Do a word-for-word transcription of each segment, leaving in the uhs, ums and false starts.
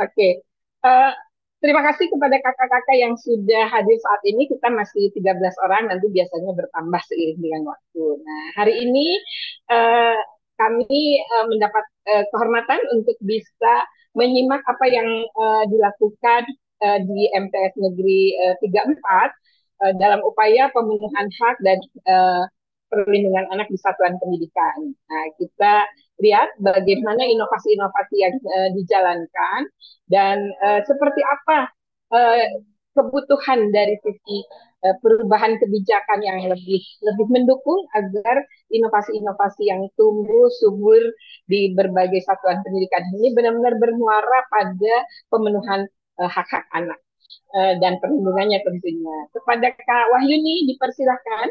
Oke. Eh, terima kasih kepada kakak-kakak yang sudah hadir saat ini. Kita masih tiga belas orang, nanti biasanya bertambah seiring dengan waktu. Nah, hari ini eh, kami eh, mendapat eh, kehormatan untuk bisa menyimak apa yang eh, dilakukan eh, di M T S Negeri eh, tiga puluh empat eh, dalam upaya pemenuhan hak dan eh, perlindungan anak di satuan pendidikan. Nah, kita lihat bagaimana inovasi-inovasi yang uh, dijalankan dan uh, seperti apa uh, kebutuhan dari sisi uh, perubahan kebijakan yang lebih lebih mendukung agar inovasi-inovasi yang tumbuh subur di berbagai satuan pendidikan ini benar-benar bermuara pada pemenuhan uh, hak-hak anak uh, dan perlindungannya tentunya. Kepada Kak Wahyuni dipersilahkan.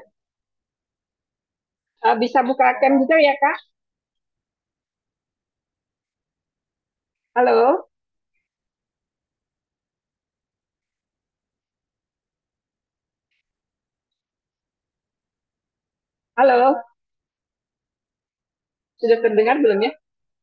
Uh, bisa buka cam juga ya Kak? Halo, halo, sudah terdengar belum ya?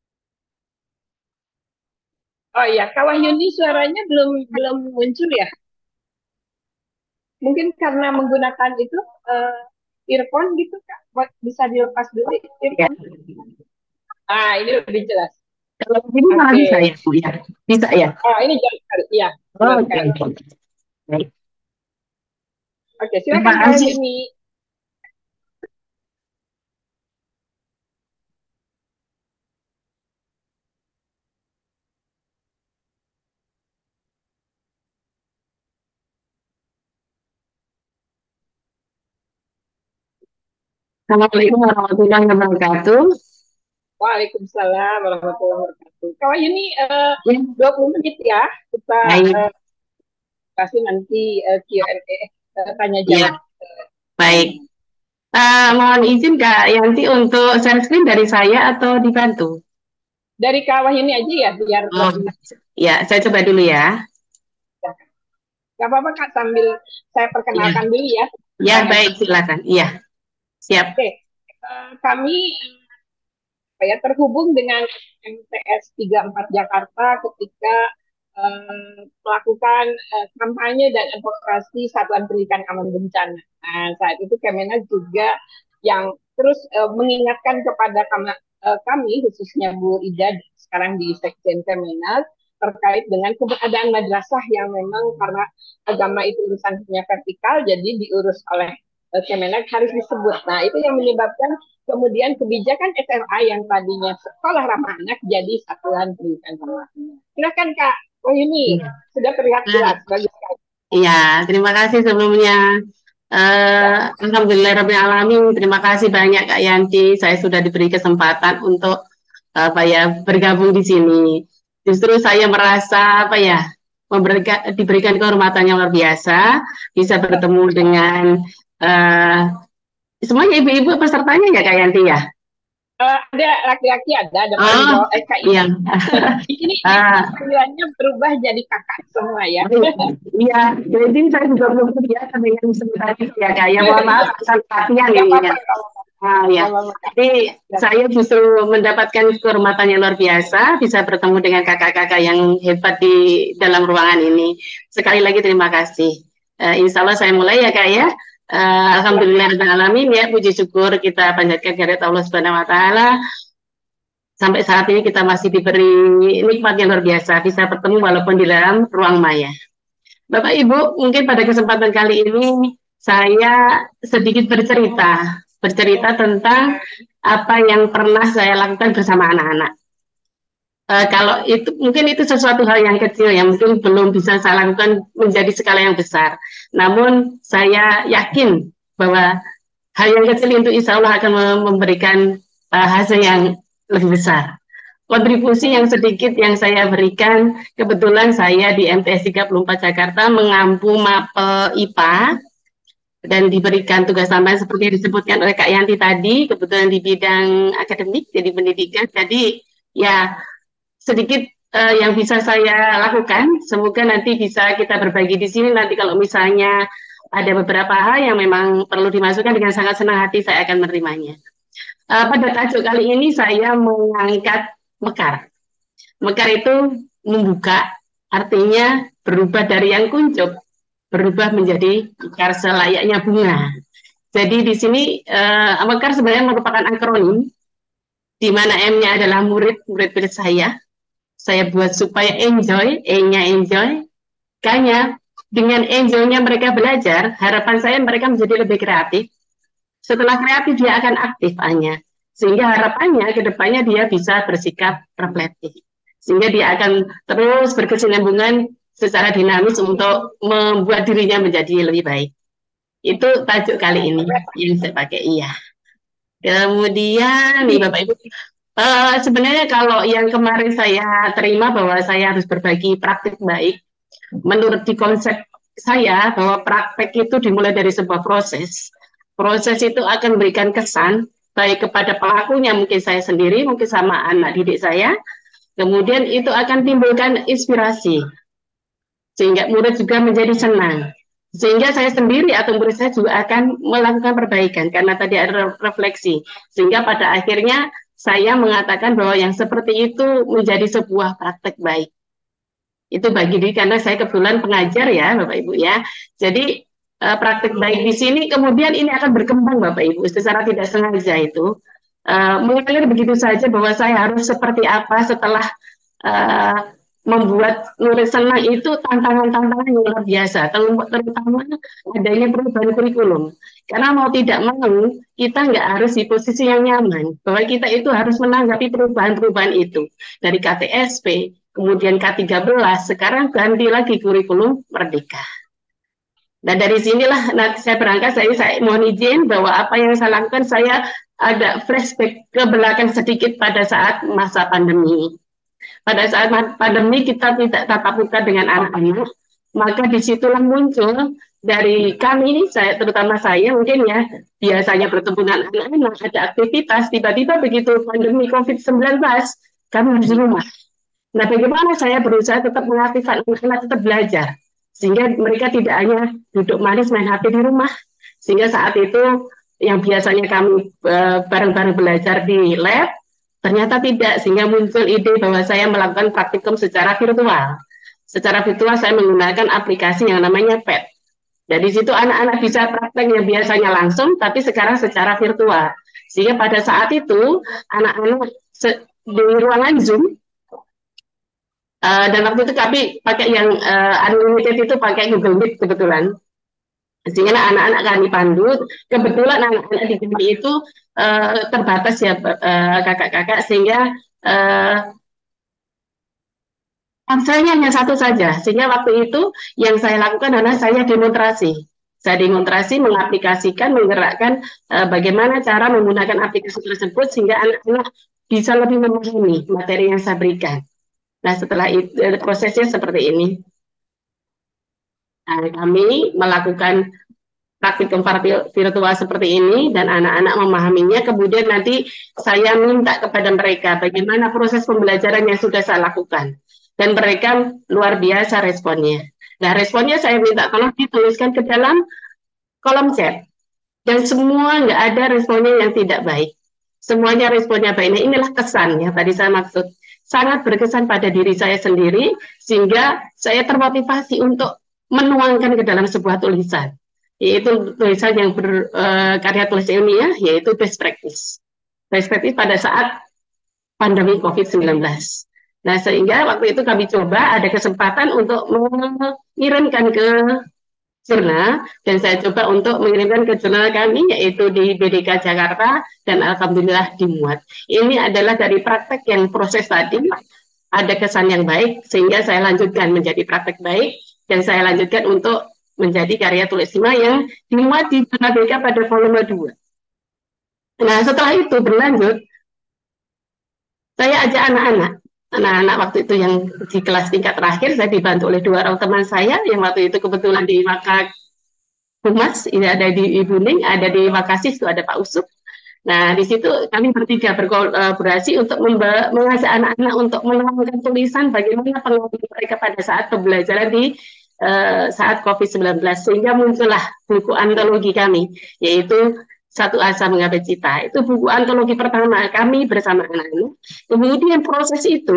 Oh iya, Kak Wahyuni suaranya belum belum muncul ya? Mungkin karena menggunakan itu uh, earphone gitu Kak. Bisa dilepas dulu Ya. earphone. Ah, ini lebih jelas. Kalau begini malah Oke. bisa ya, Bu ya. Bisa ya. Oh, ini jelas sekali. Iya, jelas Oke, sekali. oke. Baik. Oke, Terima silakan Kak kasih. Wahyuni. Assalamualaikum warahmatullahi wabarakatuh. Waalaikumsalam warahmatullahi wabarakatuh. Kak Wahyuni uh, Ya, dua puluh menit ya. Kita uh, baik. kasih nanti uh, Q and A, uh, tanya Ya, jawab. baik. Eh, mohon izin Kak Yanti untuk share screen dari saya atau dibantu? Dari Kak Wahyuni aja ya, biar Oh, lebih. ya, saya coba dulu ya. Gak apa-apa Kak, sambil saya Iya. perkenalkan dulu ya. Ya, Nah, baik, silakan. Iya, siap. oke, uh, kami apa ya, terhubung dengan M T S tiga puluh empat Jakarta ketika uh, melakukan uh, kampanye dan advokasi Satuan Pendidikan Aman Bencana. Nah, saat itu Kemenak juga yang terus uh, mengingatkan kepada kami, uh, kami, khususnya Bu Ida, sekarang di Sekjen Kemenak, terkait dengan keberadaan madrasah yang memang karena agama itu urusannya vertikal, jadi diurus oleh uh, Kemenak harus disebut. Nah, itu yang menyebabkan kemudian kebijakan S R A yang tadinya sekolah ramah anak jadi satuan pendidikan ramah anak. Silakan Kak. Oh ini Iya. sudah terlihat Nah, jelas, bagus sekali. iya, terima kasih sebelumnya. Ya, Eh, Alhamdulillahirrahmanirrahim. Terima kasih banyak Kak Yanti. Saya sudah diberi kesempatan untuk apa ya bergabung di sini. Justru saya merasa apa ya memberikan diberikan kehormatan yang luar biasa bisa bertemu dengan eh, semuanya ibu-ibu pesertanya ya Kak Yanti ya. uh, ada laki-laki, ada ada Oh perempuan. Eh Kak, iya. di sini di sini Ah, panggilannya berubah jadi kakak semua ya. iya, jadi saya juga belum terbiasa dengan sebutan itu ya Kak. Ya mohon maaf, Iya, asal latihan nggak ini ya. apa-apa, nggak apa-apa. Ah, ya. Nggak apa-apa, Kak. Jadi Ya. saya justru mendapatkan kehormatan yang luar biasa bisa bertemu dengan kakak-kakak yang hebat di dalam ruangan ini. Sekali lagi terima kasih. Uh, insya Allah saya mulai ya Kak ya. Uh, Alhamdulillahirrahmanirrahim ya puji syukur kita panjatkan kehadirat Allah Subhanahu Wa Taala. Sampai saat ini kita masih diberi nikmat yang luar biasa bisa bertemu walaupun di dalam ruang maya. Bapak Ibu, mungkin pada kesempatan kali ini saya sedikit bercerita, bercerita tentang apa yang pernah saya lakukan bersama anak-anak. Uh, kalau itu mungkin itu sesuatu hal yang kecil yang mungkin belum bisa saya lakukan menjadi skala yang besar. Namun saya yakin bahwa hal yang kecil itu insya Allah akan memberikan uh, hasil yang lebih besar. Kontribusi yang sedikit yang saya berikan, kebetulan saya di M T S tiga puluh empat Jakarta mengampu mapel I P A dan diberikan tugas tambahan seperti yang disebutkan oleh Kak Yanti tadi, kebetulan di bidang akademik, jadi pendidikan. Jadi ya sedikit uh, yang bisa saya lakukan, semoga nanti bisa kita berbagi di sini. Nanti kalau misalnya ada beberapa hal yang memang perlu dimasukkan dengan sangat senang hati saya akan menerimanya. Uh, pada tajuk kali ini saya mengangkat mekar. Mekar itu membuka, artinya berubah dari yang kuncup, berubah menjadi mekar selayaknya bunga. Jadi di sini uh, mekar sebenarnya merupakan akronim, di mana M-nya adalah murid, murid-murid saya. Saya buat supaya enjoy, E-nya enjoy, K-nya dengan enjoy-nya mereka belajar, harapan saya mereka menjadi lebih kreatif. Setelah kreatif dia akan aktif A-nya. Sehingga harapannya ke depannya dia bisa bersikap reflektif. Sehingga dia akan terus berkesinambungan secara dinamis untuk membuat dirinya menjadi lebih baik. Itu tajuk kali ini yang saya pakai, iya. Kemudian nih Bapak Ibu, uh, sebenarnya kalau yang kemarin saya terima bahwa saya harus berbagi praktik baik, menurut di konsep saya bahwa praktek itu dimulai dari sebuah proses. Proses itu akan memberikan kesan baik kepada pelakunya, mungkin saya sendiri, mungkin sama anak didik saya. Kemudian itu akan timbulkan inspirasi, sehingga murid juga menjadi senang. Sehingga saya sendiri atau murid saya juga akan melakukan perbaikan, karena tadi ada refleksi. Sehingga pada akhirnya saya mengatakan bahwa yang seperti itu menjadi sebuah praktek baik. Itu bagi diri, karena saya kebetulan pengajar ya Bapak Ibu ya. Jadi uh, praktik baik di sini kemudian ini akan berkembang Bapak Ibu secara tidak sengaja itu uh, mengalir begitu saja bahwa saya harus seperti apa setelah uh, membuat murid senang. Itu tantangan-tantangan yang luar biasa, terutama adanya perubahan kurikulum. Karena mau tidak mau kita nggak harus di posisi yang nyaman, bahwa kita itu harus menanggapi perubahan-perubahan itu dari K T S P, kemudian K tiga belas, sekarang ganti lagi kurikulum Merdeka. Nah dari sinilah nanti saya berangkat, saya, saya mohon izin bahwa apa yang saya lakukan, saya ada flashback ke belakang sedikit pada saat masa pandemi. Pada saat pandemi kita tidak tatap muka dengan anak-anak, maka disitulah muncul dari kami, saya terutama saya mungkin ya, biasanya bertemu dengan anak-anak, ada aktivitas, tiba-tiba begitu pandemi COVID sembilan belas, kami harus di rumah. Nah, bagaimana saya berusaha tetap mengaktifkan anak-anak tetap belajar, sehingga mereka tidak hanya duduk manis main H P di rumah, sehingga saat itu yang biasanya kami bareng-bareng uh, belajar di lab, ternyata tidak, sehingga muncul ide bahwa saya melakukan praktikum secara virtual. Secara virtual saya menggunakan aplikasi yang namanya P E T. Dari situ anak-anak bisa praktek yang biasanya langsung, tapi sekarang secara virtual. Sehingga pada saat itu anak-anak di ruangan Zoom, uh, dan waktu itu kami pakai yang uh, unlimited itu pakai Google Meet kebetulan. Sehingga anak-anak kami pandu, kebetulan anak-anak di kami itu uh, terbatas ya kakak-kakak, uh, sehingga uh, ponselnya hanya satu saja, sehingga waktu itu yang saya lakukan adalah saya demonstrasi. Saya demonstrasi mengaplikasikan, menggerakkan uh, bagaimana cara menggunakan aplikasi tersebut sehingga anak-anak bisa lebih memahami materi yang saya berikan. Nah, setelah itu prosesnya seperti ini. Nah, kami melakukan praktikum virtual seperti ini dan anak-anak memahaminya. Kemudian nanti saya minta kepada mereka bagaimana proses pembelajaran yang sudah saya lakukan. Dan mereka luar biasa responnya. Nah, responnya saya minta tolong dituliskan ke dalam kolom chat. Dan semua nggak ada responnya yang tidak baik. Semuanya responnya baik. Nah, inilah kesan yang tadi saya maksud. Sangat berkesan pada diri saya sendiri, sehingga saya termotivasi untuk menuangkan ke dalam sebuah tulisan. Yaitu tulisan yang berkarya uh, tulis ilmiah, yaitu best practice. Best practice pada saat pandemi COVID sembilan belas. Nah, sehingga waktu itu kami coba ada kesempatan untuk mengirimkan ke jurnal, dan saya coba untuk mengirimkan ke jurnal kami, yaitu di B D K Jakarta, dan alhamdulillah dimuat. Ini adalah dari praktek yang proses tadi, ada kesan yang baik, sehingga saya lanjutkan menjadi praktek baik, dan saya lanjutkan untuk menjadi karya tulis ilmiah yang dimuat di jurnal B D K pada volume dua. Nah, setelah itu berlanjut, saya ajak anak-anak, anak-anak waktu itu yang di kelas tingkat terakhir, saya dibantu oleh dua orang teman saya yang waktu itu kebetulan di Wakak Humas, ini ada di Ibuning, ada di Makasih, itu ada Pak Usup. Nah, di situ kami bertiga berkolaborasi untuk mengajak anak-anak untuk menuangkan tulisan bagaimana pengalaman mereka pada saat pembelajaran di uh, saat COVID sembilan belas, sehingga muncullah buku antologi kami, yaitu Satu Asa Menggapai Cita. Itu buku antologi pertama kami bersama anak-anak. Kemudian proses itu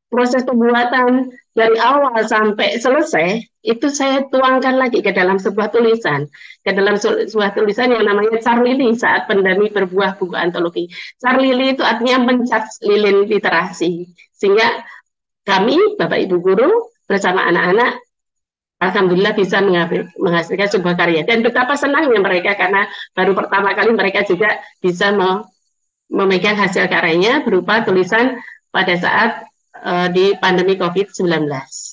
proses pembuatan dari awal sampai selesai itu saya tuangkan lagi ke dalam sebuah tulisan, ke dalam sebuah tulisan yang namanya Car Lili saat Pendami Berbuah, buku antologi. Car Lili itu artinya mencat lilin literasi, sehingga kami Bapak Ibu guru bersama anak-anak alhamdulillah bisa menghasilkan sebuah karya, dan betapa senangnya mereka karena baru pertama kali mereka juga bisa memegang hasil karyanya berupa tulisan pada saat uh, di pandemi COVID sembilan belas.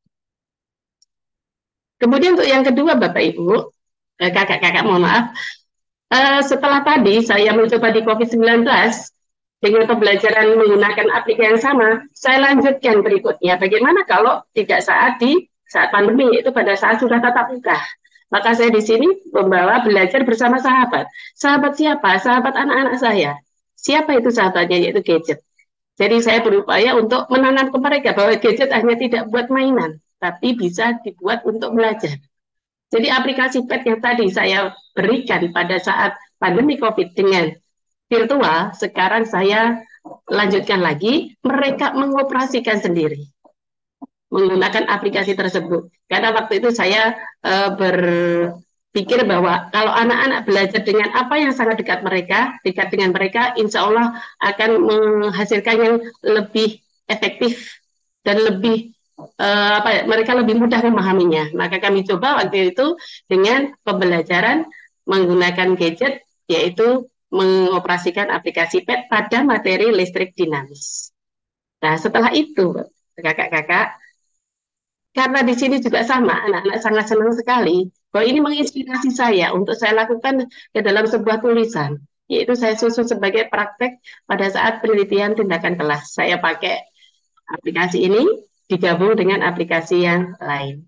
Kemudian untuk yang kedua Bapak Ibu, eh, kakak-kakak mohon maaf, uh, setelah tadi saya mencoba di COVID sembilan belas dengan pembelajaran menggunakan aplikasi yang sama, saya lanjutkan berikutnya. Bagaimana kalau tidak saat di saat pandemi, yaitu pada saat sudah tatap muka. Maka saya di sini membawa belajar bersama sahabat. Sahabat siapa? Sahabat anak-anak saya. Siapa itu sahabatnya? Yaitu gadget. Jadi saya berupaya untuk menanam ke mereka bahwa gadget hanya tidak buat mainan, tapi bisa dibuat untuk belajar. Jadi aplikasi P E T yang tadi saya berikan pada saat pandemi COVID dengan virtual, sekarang saya lanjutkan lagi, mereka mengoperasikan sendiri menggunakan aplikasi tersebut. Karena waktu itu saya uh, berpikir bahwa kalau anak-anak belajar dengan apa yang sangat dekat mereka, dekat dengan mereka, insya Allah akan menghasilkan yang lebih efektif dan lebih uh, apa ya, mereka lebih mudah memahaminya. Maka kami coba waktu itu dengan pembelajaran menggunakan gadget, yaitu mengoperasikan aplikasi P E T pada materi listrik dinamis. Nah, setelah itu, kakak-kakak, karena di sini juga sama, anak-anak sangat senang sekali bahwa ini menginspirasi saya untuk saya lakukan ke dalam sebuah tulisan, yaitu saya susun sebagai praktek pada saat penelitian tindakan kelas. Saya pakai aplikasi ini digabung dengan aplikasi yang lain.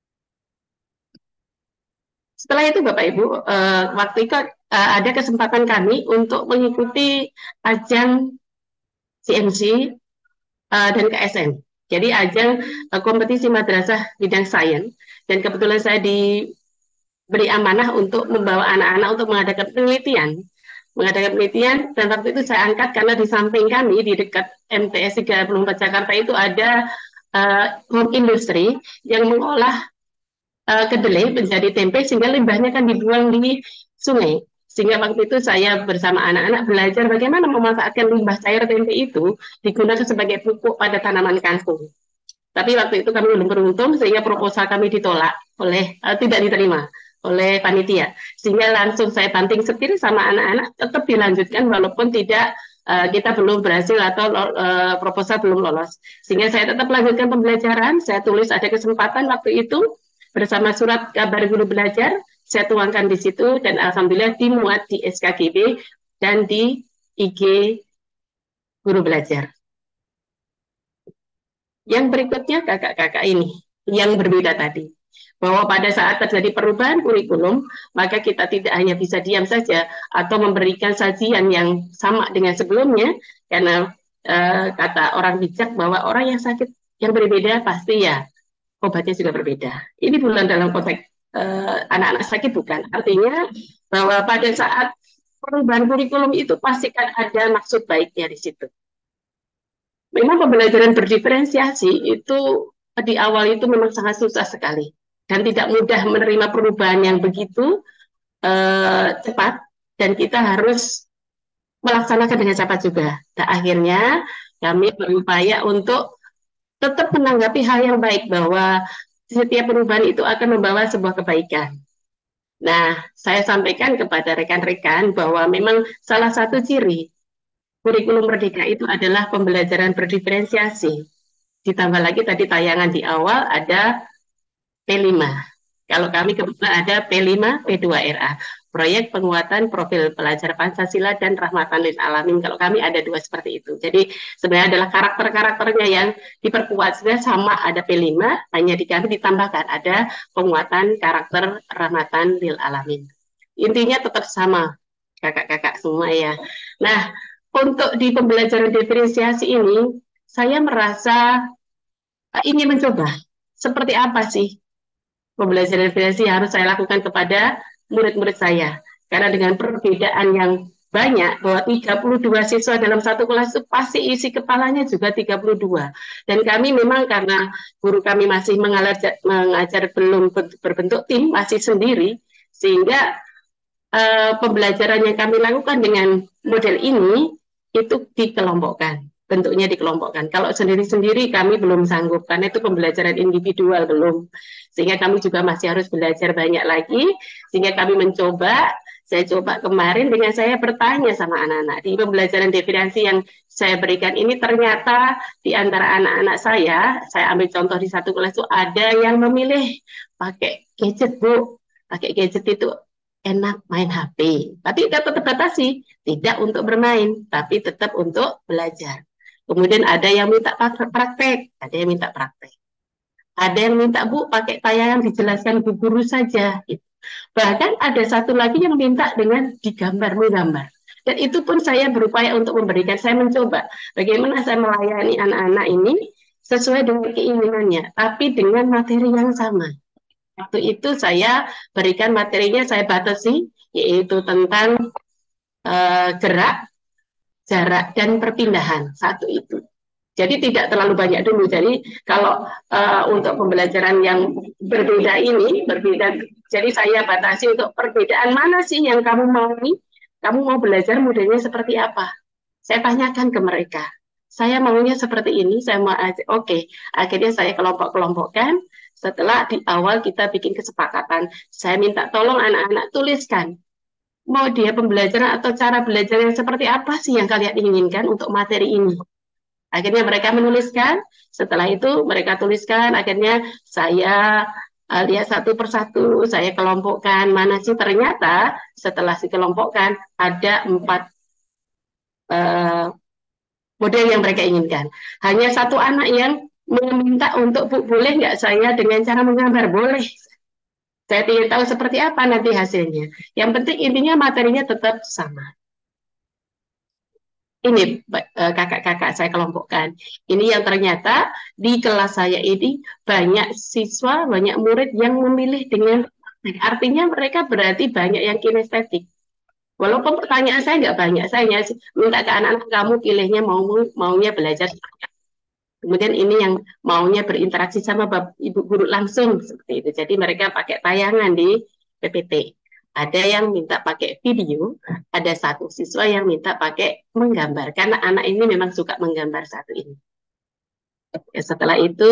Setelah itu Bapak Ibu, uh, waktu itu uh, ada kesempatan kami untuk mengikuti ajang C M C uh, dan K S M. Jadi ajang uh, kompetisi madrasah bidang sains, dan kebetulan saya diberi amanah untuk membawa anak-anak untuk mengadakan penelitian. Mengadakan penelitian, dan waktu itu saya angkat karena di samping kami, di dekat M T S tiga puluh empat Jakarta itu ada uh, home industry yang mengolah uh, kedelai menjadi tempe, sehingga limbahnya kan dibuang di sungai. Sehingga waktu itu saya bersama anak-anak belajar bagaimana memanfaatkan limbah cair tempe itu digunakan sebagai pupuk pada tanaman kangkung. Tapi waktu itu kami belum beruntung, sehingga proposal kami ditolak oleh, uh, tidak diterima oleh panitia. Sehingga langsung saya banting setir sama anak-anak, tetap dilanjutkan walaupun tidak, uh, kita belum berhasil atau uh, proposal belum lolos. Sehingga saya tetap lanjutkan pembelajaran, saya tulis ada kesempatan waktu itu, bersama surat kabar guru belajar, saya tuangkan di situ, dan alhamdulillah dimuat di S K G B dan di I G guru belajar. Yang berikutnya kakak-kakak ini, yang berbeda tadi, bahwa pada saat terjadi perubahan kurikulum, maka kita tidak hanya bisa diam saja atau memberikan sajian yang sama dengan sebelumnya, karena uh, kata orang bijak bahwa orang yang sakit yang berbeda pasti ya obatnya juga berbeda. Ini bukan dalam konteks anak-anak uh, sakit, bukan. Artinya bahwa pada saat perubahan kurikulum itu pasti kan ada maksud baiknya di situ. Memang pembelajaran berdiferensiasi itu di awal itu memang sangat susah sekali dan tidak mudah menerima perubahan yang begitu uh, cepat, dan kita harus melaksanakan dengan cepat juga. Dan akhirnya kami berupaya untuk tetap menanggapi hal yang baik, bahwa setiap perubahan itu akan membawa sebuah kebaikan. Nah, saya sampaikan kepada rekan-rekan bahwa memang salah satu ciri kurikulum Merdeka itu adalah pembelajaran berdiferensiasi. Ditambah lagi tadi tayangan di awal ada P lima. Kalau kami kebetulan ada P lima P dua R A, proyek penguatan profil pelajar Pancasila dan rahmatan lil alamin. Kalau kami ada dua seperti itu. Jadi sebenarnya adalah karakter-karakternya yang diperkuat. Sebenarnya sama, ada P lima, hanya di kami ditambahkan ada penguatan karakter rahmatan lil alamin. Intinya tetap sama, kakak-kakak semua ya. Nah, untuk di pembelajaran diferensiasi ini, saya merasa ingin mencoba seperti apa sih pembelajaran diferensiasi yang harus saya lakukan kepada murid-murid saya. Karena dengan perbedaan yang banyak, bahwa tiga puluh dua siswa dalam satu kelas itu pasti isi kepalanya juga tiga puluh dua. Dan kami memang karena guru kami masih mengajar, mengajar belum berbentuk tim, masih sendiri, sehingga uh, pembelajaran yang kami lakukan dengan model ini itu dikelompokkan, bentuknya dikelompokkan. Kalau sendiri-sendiri kami belum sanggup, karena itu pembelajaran individual belum. Sehingga kami juga masih harus belajar banyak lagi, sehingga kami mencoba, saya coba kemarin dengan saya bertanya sama anak-anak, di pembelajaran definisi yang saya berikan ini ternyata di antara anak-anak saya, saya ambil contoh di satu kelas itu ada yang memilih pakai gadget, Bu. Pakai gadget itu enak main H P, tapi tetap batasi, tidak untuk bermain, tapi tetap untuk belajar. Kemudian ada yang minta praktek, ada yang minta praktek. Ada yang minta, Bu, pakai tayangan dijelaskan Bu Guru saja. Gitu. Bahkan ada satu lagi yang minta dengan digambar, menggambar. Dan itu pun saya berupaya untuk memberikan, saya mencoba bagaimana saya melayani anak-anak ini sesuai dengan keinginannya, tapi dengan materi yang sama. Waktu itu saya berikan materinya, saya batasi, yaitu tentang uh, gerak, jarak, dan perpindahan. Satu itu. Jadi tidak terlalu banyak dulu. Jadi kalau uh, untuk pembelajaran yang berbeda ini, berbeda. Jadi saya batasi untuk perbedaan mana sih yang kamu mau nih? Kamu mau belajar modelnya seperti apa? Saya tanyakan ke mereka. Saya maunya seperti ini. Saya mau oke. Okay. Akhirnya saya kelompok-kelompokkan. Setelah di awal kita bikin kesepakatan, saya minta tolong anak-anak tuliskan. Mau dia pembelajaran atau cara belajar yang seperti apa sih yang kalian inginkan untuk materi ini? Akhirnya mereka menuliskan, setelah itu mereka tuliskan, akhirnya saya uh, lihat satu persatu, saya kelompokkan, mana sih ternyata setelah dikelompokkan ada empat uh, model yang mereka inginkan. Hanya satu anak yang meminta untuk, Bu, boleh nggak saya dengan cara menggambar? Boleh. Saya ingin tahu seperti apa nanti hasilnya. Yang penting intinya materinya tetap sama. Ini kakak-kakak saya kelompokkan. Ini yang ternyata di kelas saya ini banyak siswa, banyak murid yang memilih dengan artinya mereka berarti banyak yang kinestetik. Walaupun pertanyaan saya nggak banyak, saya minta ke anak-anak kamu pilihnya mau maunya belajar. Kemudian ini yang maunya berinteraksi sama ibu guru langsung seperti itu. Jadi mereka pakai tayangan di P P T. Ada yang minta pakai video, ada satu siswa yang minta pakai menggambar, karena anak ini memang suka menggambar satu ini. Ya, setelah itu,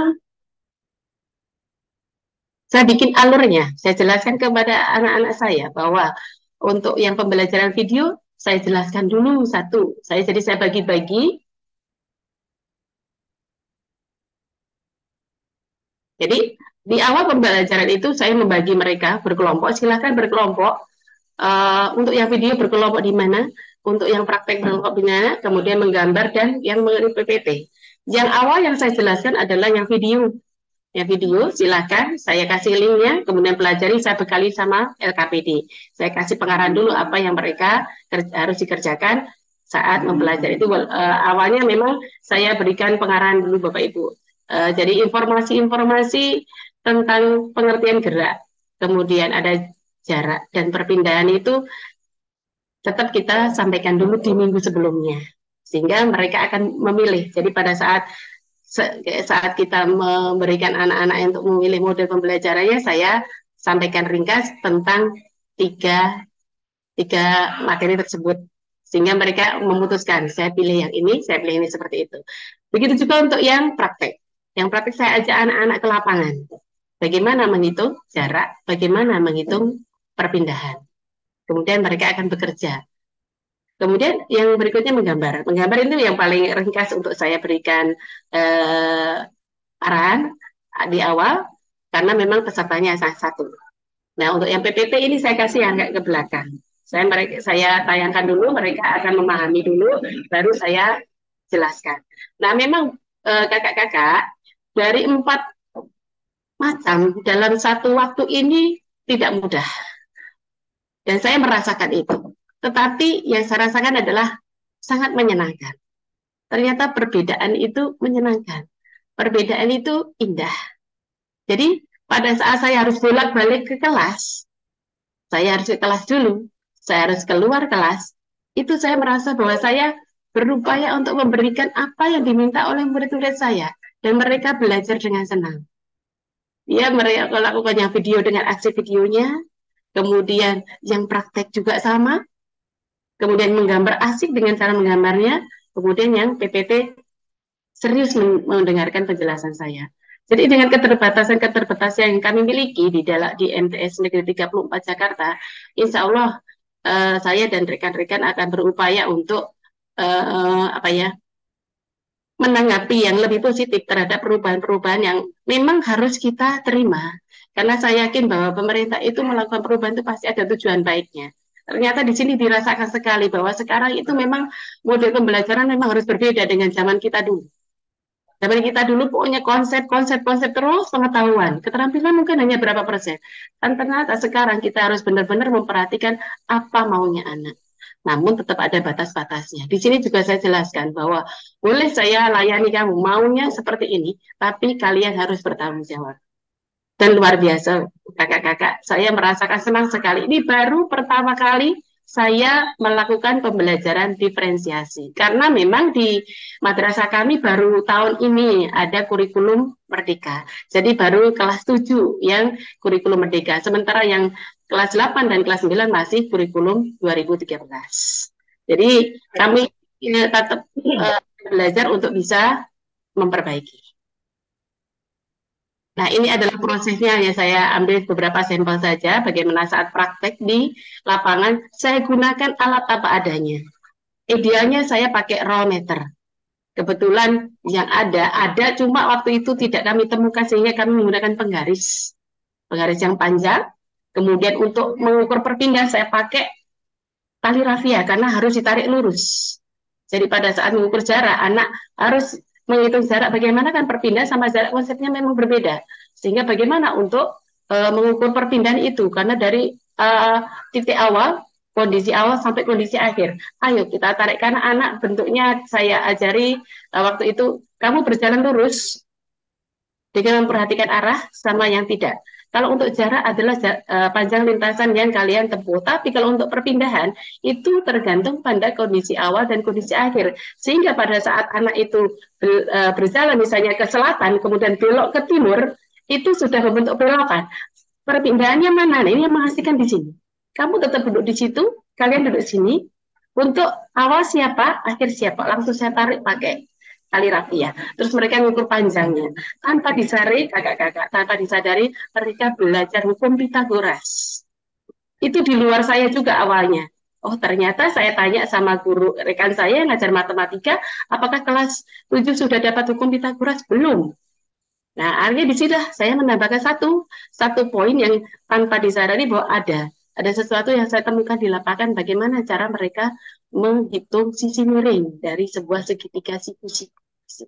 saya bikin alurnya, saya jelaskan kepada anak-anak saya bahwa untuk yang pembelajaran video, saya jelaskan dulu satu. Saya jadi saya bagi-bagi. Jadi di awal pembelajaran itu saya membagi mereka berkelompok, silakan berkelompok. Uh, untuk yang video berkelompok di mana, untuk yang praktek berkelompok di mana, kemudian menggambar dan yang mengenai P P T. Yang awal yang saya jelaskan adalah yang video. Yang video silakan saya kasih linknya, kemudian pelajari, saya bekali sama L K P D. Saya kasih pengarahan dulu apa yang mereka harus dikerjakan saat mempelajari itu. Uh, awalnya memang saya berikan pengarahan dulu Bapak Ibu. Uh, jadi informasi-informasi tentang pengertian gerak, kemudian ada jarak dan perpindahan itu tetap kita sampaikan dulu di minggu sebelumnya, sehingga mereka akan memilih. Jadi pada saat saat kita memberikan anak-anak untuk memilih model pembelajarannya, saya sampaikan ringkas tentang tiga tiga materi tersebut, sehingga mereka memutuskan saya pilih yang ini, saya pilih ini, seperti itu. Begitu juga untuk yang praktek. Yang praktek saya ajak anak-anak ke lapangan. Bagaimana menghitung jarak, bagaimana menghitung perpindahan. Kemudian mereka akan bekerja. Kemudian yang berikutnya menggambar. Menggambar itu yang paling ringkas untuk saya berikan eh, arahan di awal, karena memang pesertanya satu. Nah, untuk yang P P T ini saya kasih yang ke belakang. Saya mereka saya tayangkan dulu, mereka akan memahami dulu, baru saya jelaskan. Nah, memang kakak-kakak eh, dari empat macam dalam satu waktu ini tidak mudah. Dan saya merasakan itu. Tetapi yang saya rasakan adalah sangat menyenangkan. Ternyata perbedaan itu menyenangkan. Perbedaan itu indah. Jadi pada saat saya harus bolak-balik ke kelas, saya harus ke kelas dulu, saya harus keluar kelas, itu saya merasa bahwa saya berupaya untuk memberikan apa yang diminta oleh murid-murid saya, dan mereka belajar dengan senang. Ya, mereka melakukannya video dengan aksi videonya, kemudian yang praktek juga sama, kemudian menggambar asik dengan cara menggambarnya, kemudian yang P P T serius mendengarkan penjelasan saya. Jadi dengan keterbatasan-keterbatasan yang kami miliki di dalam di M T S Negeri tiga puluh empat Jakarta, insya Allah uh, saya dan rekan-rekan akan berupaya untuk uh, apa ya menanggapi yang lebih positif terhadap perubahan-perubahan yang memang harus kita terima. Karena saya yakin bahwa pemerintah itu melakukan perubahan itu pasti ada tujuan baiknya. Ternyata di sini dirasakan sekali bahwa sekarang itu memang model pembelajaran memang harus berbeda dengan zaman kita dulu. Zaman kita dulu pokoknya konsep-konsep-konsep terus pengetahuan. Keterampilan mungkin hanya berapa persen. Dan ternyata sekarang kita harus benar-benar memperhatikan apa maunya anak. Namun tetap ada batas-batasnya. Di sini juga saya jelaskan bahwa boleh saya layani kamu, maunya seperti ini, tapi kalian harus bertanggung jawab. Dan luar biasa, kakak-kakak, saya merasakan senang sekali. Ini baru pertama kali saya melakukan pembelajaran diferensiasi. Karena memang di madrasah kami baru tahun ini ada kurikulum merdeka. Jadi baru kelas tujuh yang kurikulum merdeka. Sementara yang kelas delapan dan kelas sembilan masih kurikulum dua ribu tiga belas. Jadi kami ya, tetap uh, belajar untuk bisa memperbaiki. Nah, ini adalah prosesnya ya, saya ambil beberapa sampel saja bagaimana saat praktek di lapangan saya gunakan alat apa adanya. Idealnya saya pakai raw meter. Kebetulan yang ada, ada cuma waktu itu tidak kami temukan sehingga kami menggunakan penggaris. Penggaris yang panjang. Kemudian untuk mengukur perpindahan saya pakai tali rafia karena harus ditarik lurus. Jadi pada saat mengukur jarak, anak harus menghitung jarak bagaimana kan perpindahan sama jarak konsepnya memang berbeda. Sehingga bagaimana untuk uh, mengukur perpindahan itu karena dari uh, titik awal, kondisi awal sampai kondisi akhir. Ayo kita tarik karena anak bentuknya saya ajari uh, waktu itu kamu berjalan lurus dengan memperhatikan arah sama yang tidak. Kalau untuk jarak adalah uh, panjang lintasan yang kalian tempuh. Tapi kalau untuk perpindahan, itu tergantung pada kondisi awal dan kondisi akhir. Sehingga pada saat anak itu ber, uh, berjalan misalnya ke selatan, kemudian belok ke timur, itu sudah membentuk belokan. Perpindahannya mana? Nah, ini yang menghasilkan di sini. Kamu tetap duduk di situ, kalian duduk sini. Untuk awal siapa, akhir siapa. Langsung saya tarik pakai tali rafia. Terus mereka ngukur panjangnya. Tanpa disadari, kakak-kakak, tanpa disadari, mereka belajar hukum Pitagoras. Itu di luar saya juga awalnya. Oh, ternyata saya tanya sama guru rekan saya yang ngajar matematika, apakah kelas tujuh sudah dapat hukum Pitagoras? Belum. Nah, akhirnya di sini saya menambahkan satu, satu poin yang tanpa disadari bahwa ada. Ada sesuatu yang saya temukan di lapangan, bagaimana cara mereka menghitung sisi miring dari sebuah segitiga siku-siku.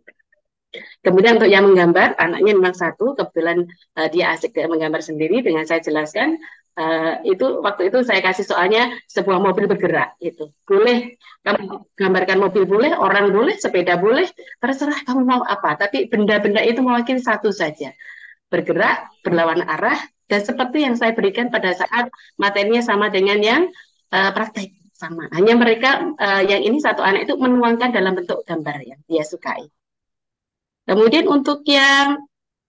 Kemudian untuk yang menggambar, anaknya memang satu, kebetulan uh, dia asik menggambar sendiri dengan saya jelaskan. Uh, itu waktu itu saya kasih soalnya sebuah mobil bergerak itu boleh kamu gambarkan mobil boleh, orang boleh, sepeda boleh, terserah kamu mau apa. Tapi benda-benda itu mewakili satu saja, bergerak berlawan arah dan seperti yang saya berikan pada saat materinya sama dengan yang uh, praktek sama. Hanya mereka uh, yang ini satu anak itu menuangkan dalam bentuk gambar yang dia sukai. Kemudian untuk yang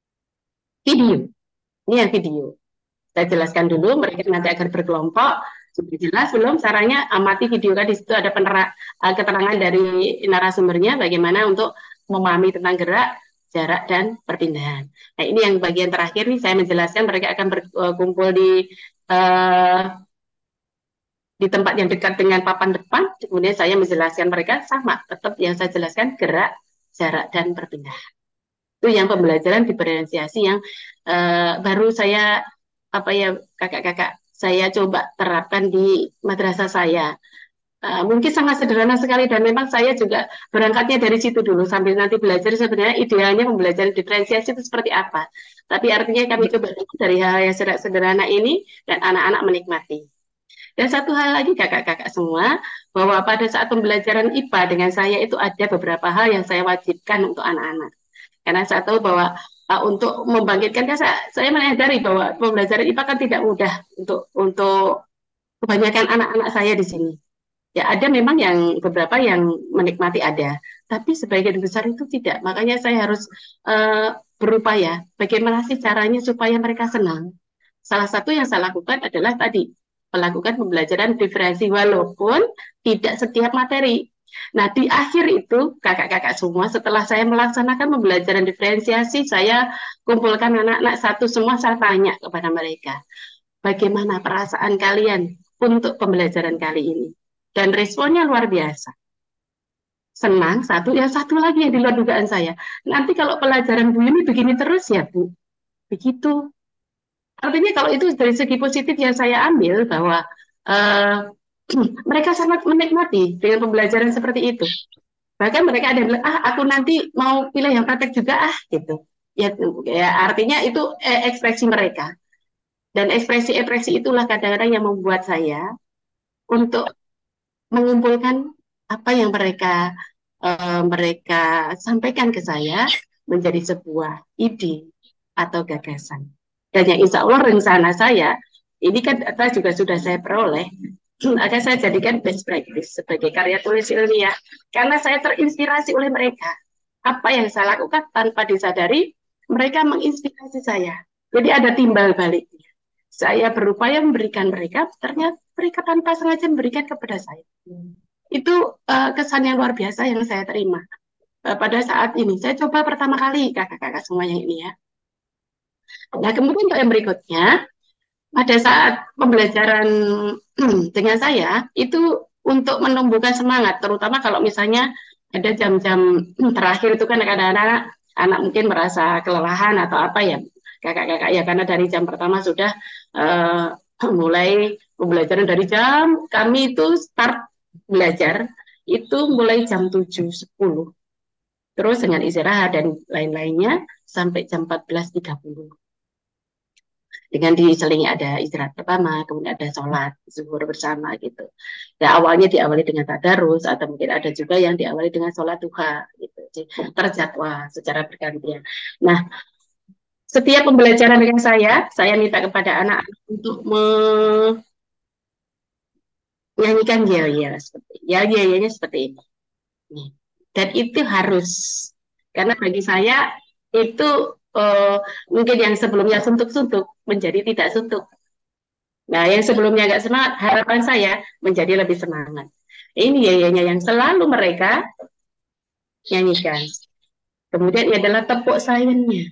video, ini yang video. Saya jelaskan dulu, mereka nanti akan berkelompok. Sudah jelas belum caranya amati video kan di situ ada penera, keterangan dari narasumbernya bagaimana untuk memahami tentang gerak, jarak dan perpindahan. Nah ini yang bagian terakhir nih saya menjelaskan mereka akan berkumpul di uh, di tempat yang dekat dengan papan depan. Kemudian saya menjelaskan mereka sama tetap yang saya jelaskan gerak, jarak dan perpindahan. Itu yang pembelajaran diferensiasi yang uh, baru saya apa ya kakak-kakak saya coba terapkan di madrasah saya. Uh, mungkin sangat sederhana sekali dan memang saya juga berangkatnya dari situ dulu sambil nanti belajar sebenarnya idealnya pembelajaran diferensiasi itu seperti apa. Tapi artinya kami coba dari hal yang sederhana ini dan anak-anak menikmati. Dan satu hal lagi kakak-kakak semua, bahwa pada saat pembelajaran I P A dengan saya itu ada beberapa hal yang saya wajibkan untuk anak-anak. Karena saya tahu bahwa uh, untuk membangkitkan saya, saya menyadari bahwa pembelajaran I P A kan tidak mudah untuk untuk kebanyakan anak-anak saya di sini. Ya ada memang yang beberapa yang menikmati ada, tapi sebagian besar itu tidak. Makanya saya harus uh, berupaya bagaimana sih caranya supaya mereka senang. Salah satu yang saya lakukan adalah tadi melakukan pembelajaran diferensi walaupun tidak setiap materi. Nah, di akhir itu kakak-kakak semua setelah saya melaksanakan pembelajaran diferensiasi, saya kumpulkan anak-anak satu semua, saya tanya kepada mereka, bagaimana perasaan kalian untuk pembelajaran kali ini? Dan responnya luar biasa. Senang, satu, yang satu lagi yang di luar dugaan saya. Nanti kalau pelajaran Bu ini begini terus ya Bu, begitu. Artinya kalau itu dari segi positif yang saya ambil bahwa uh, mereka sangat menikmati dengan pembelajaran seperti itu. Bahkan mereka ada yang bilang, ah aku nanti mau pilih yang praktek juga ah gitu. Ya, ya artinya itu eh, ekspresi mereka. Dan ekspresi-ekspresi itulah kadang-kadang yang membuat saya untuk mengumpulkan apa yang mereka uh, mereka sampaikan ke saya menjadi sebuah ide atau gagasan. Dan yang insya Allah rencana saya, ini kan data juga sudah saya peroleh, akan saya jadikan best practice sebagai karya tulis ilmiah. Karena saya terinspirasi oleh mereka. Apa yang saya lakukan tanpa disadari, mereka menginspirasi saya. Jadi ada timbal baliknya. Saya berupaya memberikan mereka, ternyata mereka tanpa sengaja memberikan kepada saya. Itu uh, kesan yang luar biasa yang saya terima uh, pada saat ini. Saya coba pertama kali kakak-kakak semua yang ini ya. Nah kemudian untuk yang berikutnya, pada saat pembelajaran dengan saya, itu untuk menumbuhkan semangat, terutama kalau misalnya ada jam-jam terakhir itu kan kadang-kadang anak mungkin merasa kelelahan atau apa ya, kakak-kakak ya, karena dari jam pertama sudah uh, mulai pembelajaran dari jam, kami itu start belajar itu mulai jam tujuh sepuluh. Terus dengan istirahat dan lain-lainnya sampai jam empat belas tiga puluh. Dengan diselingi ada istirahat pertama, kemudian ada sholat zuhur bersama gitu. Ya awalnya diawali dengan tadarus atau mungkin ada juga yang diawali dengan sholat duha gitu. Terjadwal secara bergantian. Nah, setiap pembelajaran dengan saya, saya minta kepada anak untuk menyanyikan ya-ya seperti ya-ya-nya seperti ini. Dan itu harus, karena bagi saya itu uh, mungkin yang sebelumnya suntuk-suntuk menjadi tidak suntuk. Nah, yang sebelumnya agak semangat, harapan saya menjadi lebih semangat. Ini ya-ya-nya yang selalu mereka nyanyikan. Kemudian ini adalah tepuk sayangnya.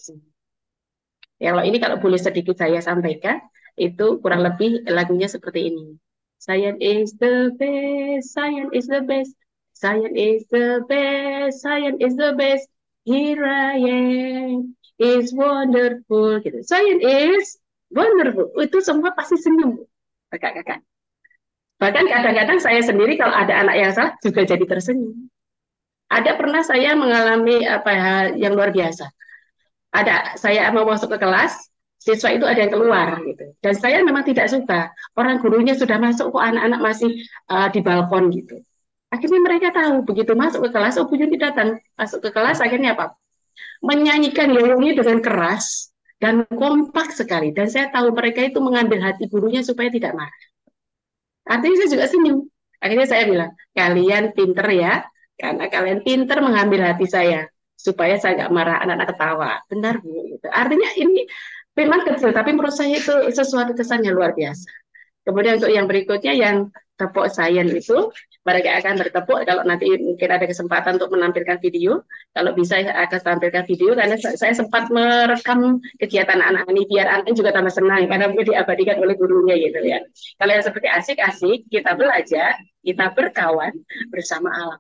Kalau ini kalau boleh sedikit saya sampaikan, itu kurang lebih lagunya seperti ini. Science is the best, science is the best, science is the best, science is the best. Here I am, is wonderful. Gitu. Science is wonderful. Itu semua pasti senyum, kakak-kakak. Bahkan kadang-kadang saya sendiri kalau ada anak yang salah juga jadi tersenyum. Ada pernah saya mengalami apa yang luar biasa. Ada saya mau masuk ke kelas, siswa itu ada yang keluar gitu. Dan saya memang tidak suka. Orang gurunya sudah masuk, kok anak-anak masih uh, di balkon gitu. Akhirnya mereka tahu, begitu masuk ke kelas, oh Bu Yuni datang. Masuk ke kelas, akhirnya apa? Menyanyikan yoyonya dengan keras dan kompak sekali. Dan saya tahu mereka itu mengambil hati gurunya supaya tidak marah. Artinya saya juga senyum. Akhirnya saya bilang, kalian pinter ya, karena kalian pinter mengambil hati saya supaya saya nggak marah, anak-anak ketawa. Benar Bu. Gitu. Artinya ini memang kecil, tapi menurut saya itu sesuatu kesan yang luar biasa. Kemudian untuk yang berikutnya yang tepuk sains itu, mereka akan bertepuk kalau nanti mungkin ada kesempatan untuk menampilkan video. Kalau bisa saya akan tampilkan video karena saya sempat merekam kegiatan anak-anak ini biar anak juga tambah senang karena mungkin diabadikan oleh gurunya gitu ya. Kalau yang seperti asik-asik, kita belajar, kita berkawan bersama alam.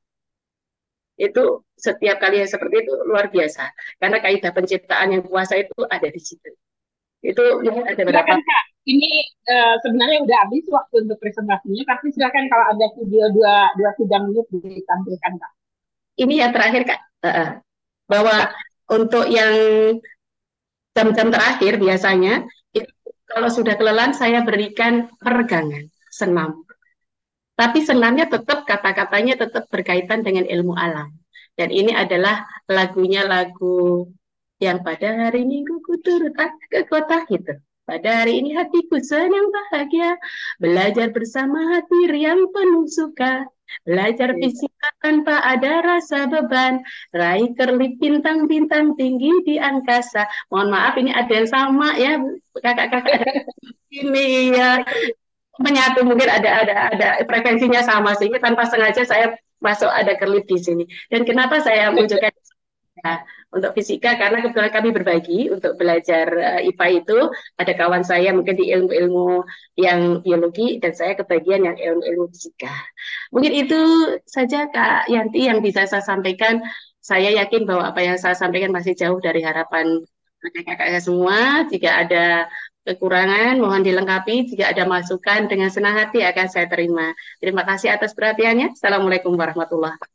Itu setiap kali yang seperti itu luar biasa. Karena kaidah penciptaan yang kuasa itu ada di situ. Itu ada berapa? Silakan Kak, ini uh, sebenarnya udah habis waktu untuk presentasinya, tapi silakan kalau ada video dua dua tiga menit ditampilkan Kak. Ini yang terakhir Kak, uh, bahwa untuk yang jam-jam terakhir biasanya itu, kalau sudah kelelahan saya berikan peregangan, senam. Tapi senamnya tetap kata-katanya tetap berkaitan dengan ilmu alam. Dan ini adalah lagunya lagu yang pada hari Minggu ku turut ke kota gitu. Pada hari ini hatiku senang bahagia, belajar bersama hati riang penuh suka. Belajar fisika tanpa ada rasa beban, raih kerlip bintang-bintang tinggi di angkasa. Mohon maaf, ini ada yang sama ya, kakak-kakak ada ini ya, menyatu mungkin ada ada ada frekuensinya sama sehingga tanpa sengaja saya masuk ada kerlip di sini. Dan kenapa saya munculkan ya, untuk fisika karena kebetulan kami berbagi untuk belajar uh, I P A itu ada kawan saya mungkin di ilmu-ilmu yang biologi dan saya kebagian yang ilmu-ilmu fisika. Mungkin itu saja Kak Yanti yang bisa saya sampaikan. Saya yakin bahwa apa yang saya sampaikan masih jauh dari harapan kakak-kakak semua. Jika ada kekurangan mohon dilengkapi. Jika ada masukan dengan senang hati akan saya terima. Terima kasih atas perhatiannya. Assalamualaikum warahmatullahi wabarakatuh.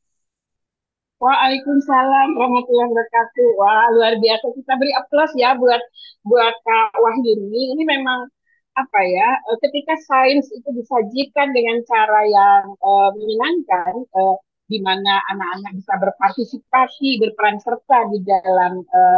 Waalaikumsalam warahmatullahi wabarakatuh. Wah, luar biasa. Kita beri aplaus ya buat buat Kak Wahyuni. Ini memang apa ya? eh, Ketika sains itu disajikan dengan cara yang eh, menyenangkan, eh, di mana anak-anak bisa berpartisipasi, berperan serta di dalam eh,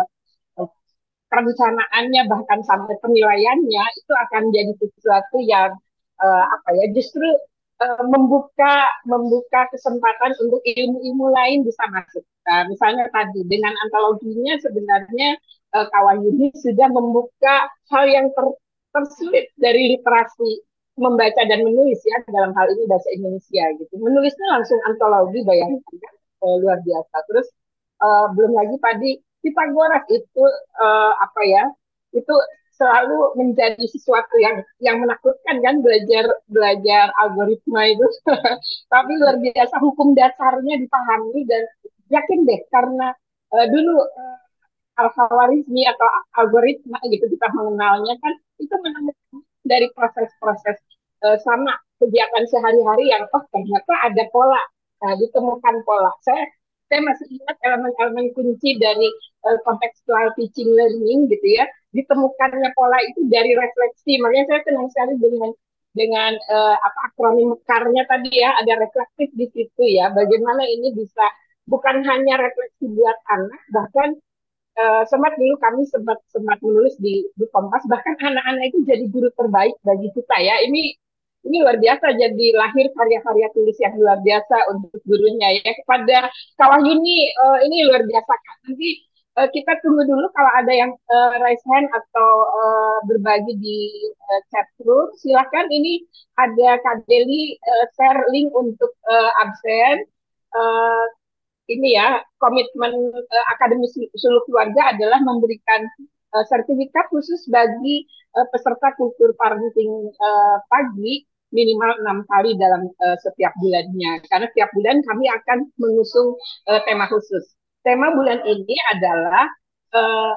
perencanaannya bahkan sampai penilaiannya itu akan jadi sesuatu yang uh, apa ya justru uh, membuka membuka kesempatan untuk ilmu-ilmu lain bisa masuk. Nah, misalnya tadi dengan antologinya sebenarnya uh, kawan Yudi sudah membuka hal yang ter, tersulit dari literasi membaca dan menulis ya dalam hal ini bahasa Indonesia gitu. Menulisnya langsung antologi bayangkan kan uh, luar biasa. Terus uh, belum lagi tadi Pitagoras itu uh, apa ya itu selalu menjadi sesuatu yang yang menakutkan kan belajar belajar algoritma itu tapi luar biasa hukum dasarnya dipahami dan yakin deh karena uh, dulu uh, al-Khawarizmi atau algoritma gitu kita mengenalnya kan itu menemukan dari proses-proses uh, sama kegiatan sehari-hari yang oh ternyata ada pola, nah, ditemukan pola. Saya saya masih ingat elemen-elemen kunci dari uh, contextual teaching learning gitu ya, ditemukannya pola itu dari refleksi. Makanya saya senang sekali dengan dengan uh, apa akronim mekarnya tadi ya, ada reflektif di situ ya. Bagaimana ini bisa bukan hanya refleksi buat anak, bahkan uh, sempat dulu kami sempat sempat menulis di di Kompas bahkan anak-anak itu jadi guru terbaik bagi kita ya. Ini ini luar biasa jadi lahir karya-karya tulis yang luar biasa untuk gurunya ya. Kepada Kawah Yuni uh, ini luar biasa Kak. Nanti uh, kita tunggu dulu kalau ada yang uh, raise hand atau uh, berbagi di uh, chat room. Silakan ini ada Kak Deli uh, share link untuk uh, absen. Uh, ini ya komitmen uh, Akademi Suluk Keluarga adalah memberikan uh, sertifikat khusus bagi uh, peserta kultur parenting uh, pagi minimal enam kali dalam uh, setiap bulannya karena setiap bulan kami akan mengusung uh, tema khusus. Tema bulan ini adalah uh,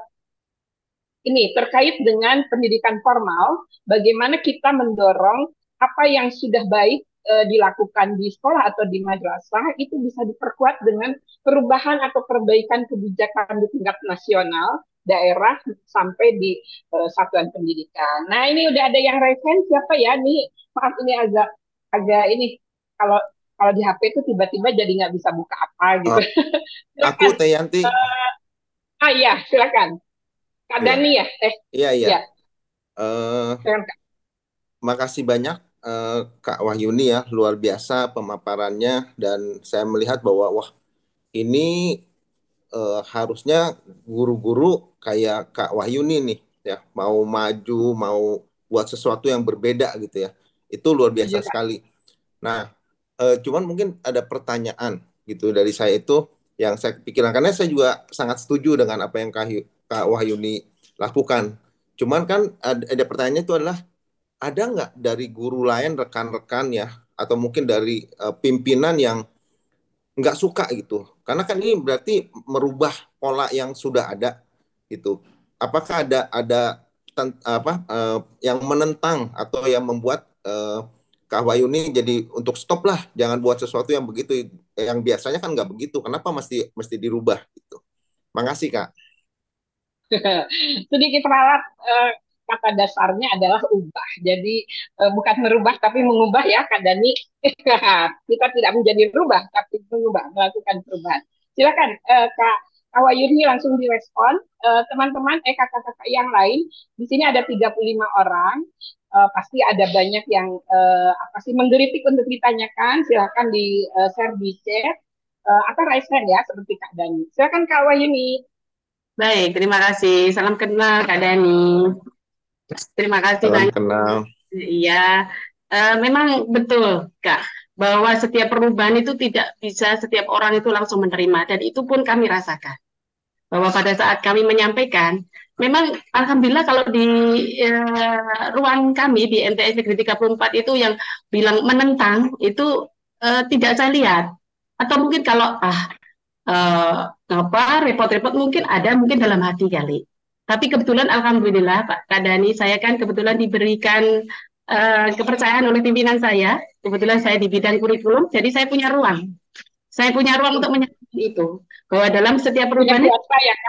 ini terkait dengan pendidikan formal, bagaimana kita mendorong apa yang sudah baik e, dilakukan di sekolah atau di madrasah itu bisa diperkuat dengan perubahan atau perbaikan kebijakan di tingkat nasional, daerah sampai di e, satuan pendidikan. Nah ini udah ada yang referensi siapa ya? Nih maaf ini agak agak ini kalau kalau di H P itu tiba-tiba jadi nggak bisa buka apa gitu. Oh, aku Silakan. Teh Yanti. Uh, ah iya silakan. Kak Iya, Dani ya? Eh, iya, iya. ya, Eh, silakan Kak. makasih banyak eh, Kak Wahyuni ya, luar biasa pemaparannya dan saya melihat bahwa wah ini eh, harusnya guru-guru kayak Kak Wahyuni nih ya, mau maju, mau buat sesuatu yang berbeda gitu ya. Itu luar biasa Setuju Kak. sekali. Nah, eh, cuman mungkin ada pertanyaan gitu dari saya itu yang saya pikirkan karena saya juga sangat setuju dengan apa yang Kak, Hy- Kak Wahyuni lakukan. Cuman kan ada, ada pertanyaan itu adalah ada nggak dari guru lain rekan-rekan ya atau mungkin dari eh, pimpinan yang nggak suka gitu karena kan ini berarti merubah pola yang sudah ada gitu apakah ada ada ten- apa eh, yang menentang atau yang membuat eh, Kak Wahyu ini jadi untuk stop lah jangan buat sesuatu yang begitu yang biasanya kan nggak begitu kenapa mesti mesti dirubah gitu. Makasih Kak. Sedikit ralat eh, kata dasarnya adalah ubah. Jadi eh, bukan merubah tapi mengubah ya Kak Dani. Kita tidak menjadi berubah tapi mengubah, melakukan perubahan. Silakan eh, Kak Kak Wayuni langsung direspon. Eh, teman-teman, eh kakak-kakak yang lain, di sini ada tiga puluh lima orang. Eh, pasti ada banyak yang eh, apa sih menggelitik untuk ditanyakan. Silakan di eh, share di chat eh, atau raise hand ya seperti Kak Dani. Silakan Kak Wayuni. Baik, terima kasih. Salam kenal Kak Dani. Terima kasih Salam banyak. kenal. Iya, Eh, memang betul Kak, bahwa setiap perubahan itu tidak bisa setiap orang itu langsung menerima, dan itu pun kami rasakan. Bahwa pada saat kami menyampaikan, memang alhamdulillah kalau di eh, ruang kami di M T S Negeri tiga puluh empat itu yang bilang menentang itu eh, tidak saya lihat. Atau mungkin kalau ah eh, apa repot-repot mungkin ada mungkin dalam hati kali. Tapi kebetulan alhamdulillah Pak Kadani, saya kan kebetulan diberikan eh, kepercayaan oleh pimpinan saya. Kebetulan saya di bidang kurikulum, jadi saya punya ruang. Saya punya ruang untuk menyampaikan itu, bahwa dalam setiap Punya perubahan itu, kuasa ya Kak.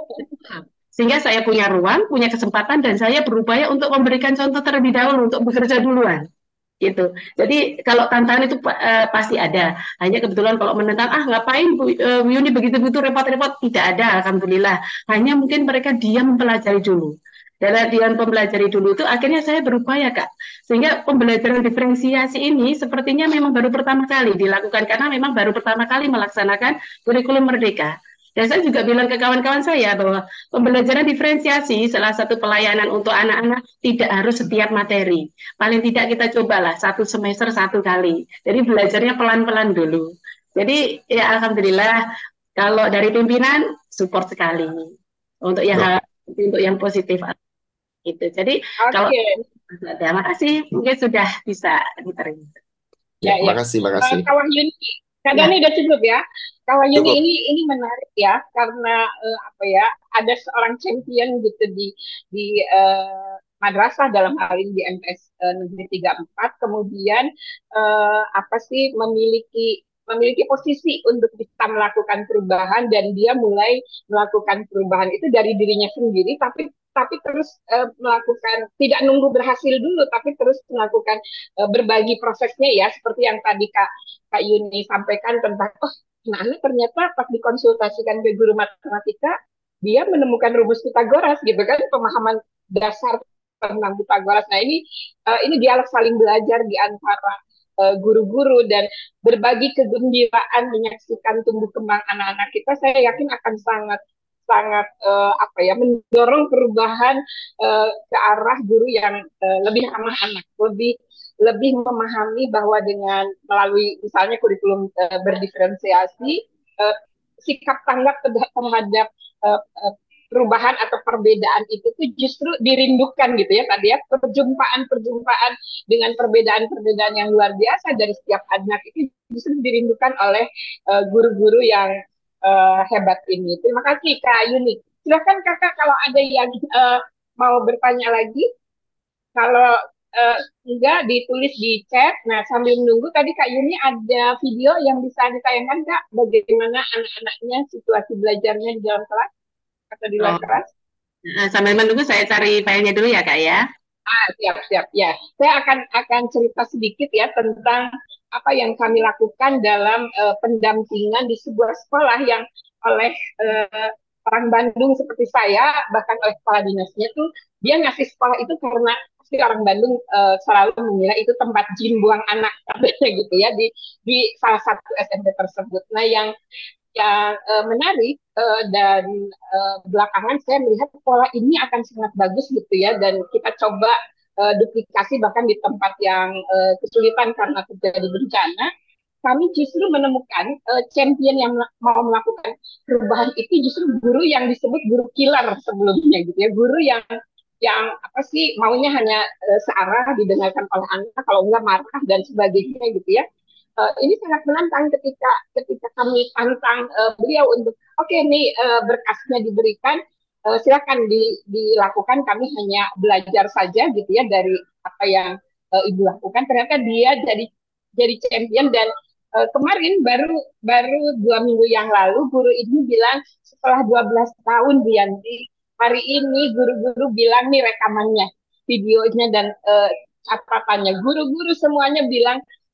sehingga saya punya ruang, punya kesempatan, dan saya berupaya untuk memberikan contoh terlebih dahulu, untuk bekerja duluan. Gitu. Jadi kalau tantangan itu uh, pasti ada. Hanya kebetulan kalau menentang, ah ngapain Bu uh, Yuni begitu-begitu repot-repot, tidak ada, alhamdulillah. Hanya mungkin mereka diam mempelajari dulu. Dalam diam mempelajari dulu itu akhirnya saya berupaya Kak. Sehingga pembelajaran diferensiasi ini sepertinya memang baru pertama kali dilakukan, karena memang baru pertama kali melaksanakan kurikulum merdeka. Dan saya juga bilang ke kawan-kawan saya bahwa pembelajaran diferensiasi salah satu pelayanan untuk anak-anak tidak harus setiap materi. Paling tidak kita cobalah satu semester satu kali. Jadi belajarnya pelan-pelan dulu. Jadi ya alhamdulillah kalau dari pimpinan support sekali untuk yang hal, untuk yang positif itu. Jadi kalau Oke. terima kasih mungkin sudah bisa diterima. Ya, Ya, ya. makasih, Uh, makasih. Kak Wahyuni, Kak Ya. Dani udah cukup ya. Kak Wahyuni Cukup. ini ini menarik ya karena uh, apa ya ada seorang champion gitu di di uh, madrasah dalam hal ini di M T S uh, Negeri tiga puluh empat kemudian uh, apa sih memiliki memiliki posisi untuk bisa melakukan perubahan dan dia mulai melakukan perubahan itu dari dirinya sendiri tapi tapi terus uh, melakukan tidak nunggu berhasil dulu tapi terus melakukan uh, berbagi prosesnya ya seperti yang tadi Kak Kak Yuni sampaikan tentang oh anak-anak ternyata pas dikonsultasikan ke guru matematika dia menemukan rumus Pitagoras gitu kan pemahaman dasar tentang Pitagoras. Nah ini uh, ini dialog saling belajar di antara uh, guru-guru dan berbagi kegembiraan menyaksikan tumbuh kembang anak-anak kita saya yakin akan sangat sangat uh, apa ya mendorong perubahan uh, ke arah guru yang uh, lebih ramah anak, lebih lebih memahami bahwa dengan melalui misalnya kurikulum uh, berdiferensiasi uh, sikap tanggap terhadap uh, uh, perubahan atau perbedaan itu tuh justru dirindukan gitu ya tadi ya perjumpaan-perjumpaan dengan perbedaan-perbedaan yang luar biasa dari setiap anak itu justru dirindukan oleh uh, guru-guru yang uh, hebat ini. Terima kasih Kak Yuni. Silahkan Kakak kalau ada yang uh, mau bertanya lagi. Kalau uh, enggak ditulis di chat. Nah, sambil menunggu tadi Kak Yuni ada video yang bisa ditayangkan Kak, bagaimana anak-anaknya situasi belajarnya di dalam kelas atau di luar Oh, kelas? sambil menunggu saya cari filenya dulu ya Kak ya. Ah, siap, siap. Ya, saya akan akan cerita sedikit ya tentang apa yang kami lakukan dalam uh, pendampingan di sebuah sekolah yang oleh uh, orang Bandung seperti saya, bahkan oleh kepala dinasnya tuh, dia ngasih sekolah itu karena pasti orang Bandung uh, selalu mengira itu tempat jin buang anak, katanya gitu ya, di di salah satu S M P tersebut. Nah, yang yang uh, menarik uh, dan uh, belakangan saya melihat pola ini akan sangat bagus gitu ya dan kita coba uh, duplikasi bahkan di tempat yang uh, kesulitan karena terjadi bencana kami justru menemukan uh, champion yang mau melakukan perubahan itu justru guru yang disebut guru killer sebelumnya gitu ya guru yang yang apa sih maunya hanya uh, searah didengarkan oleh anak kalau enggak marah dan sebagainya gitu ya uh, ini sangat menantang ketika ketika kami tantang uh, beliau untuk oke okay, nih uh, berkasnya diberikan uh, silakan di, dilakukan kami hanya belajar saja gitu ya dari apa yang uh, ibu lakukan ternyata dia jadi jadi champion dan uh, kemarin baru baru dua minggu yang lalu guru ini bilang setelah dua belas tahun Dianti hari ini guru-guru bilang nih rekamannya videonya dan uh, catatannya guru-guru semuanya bilang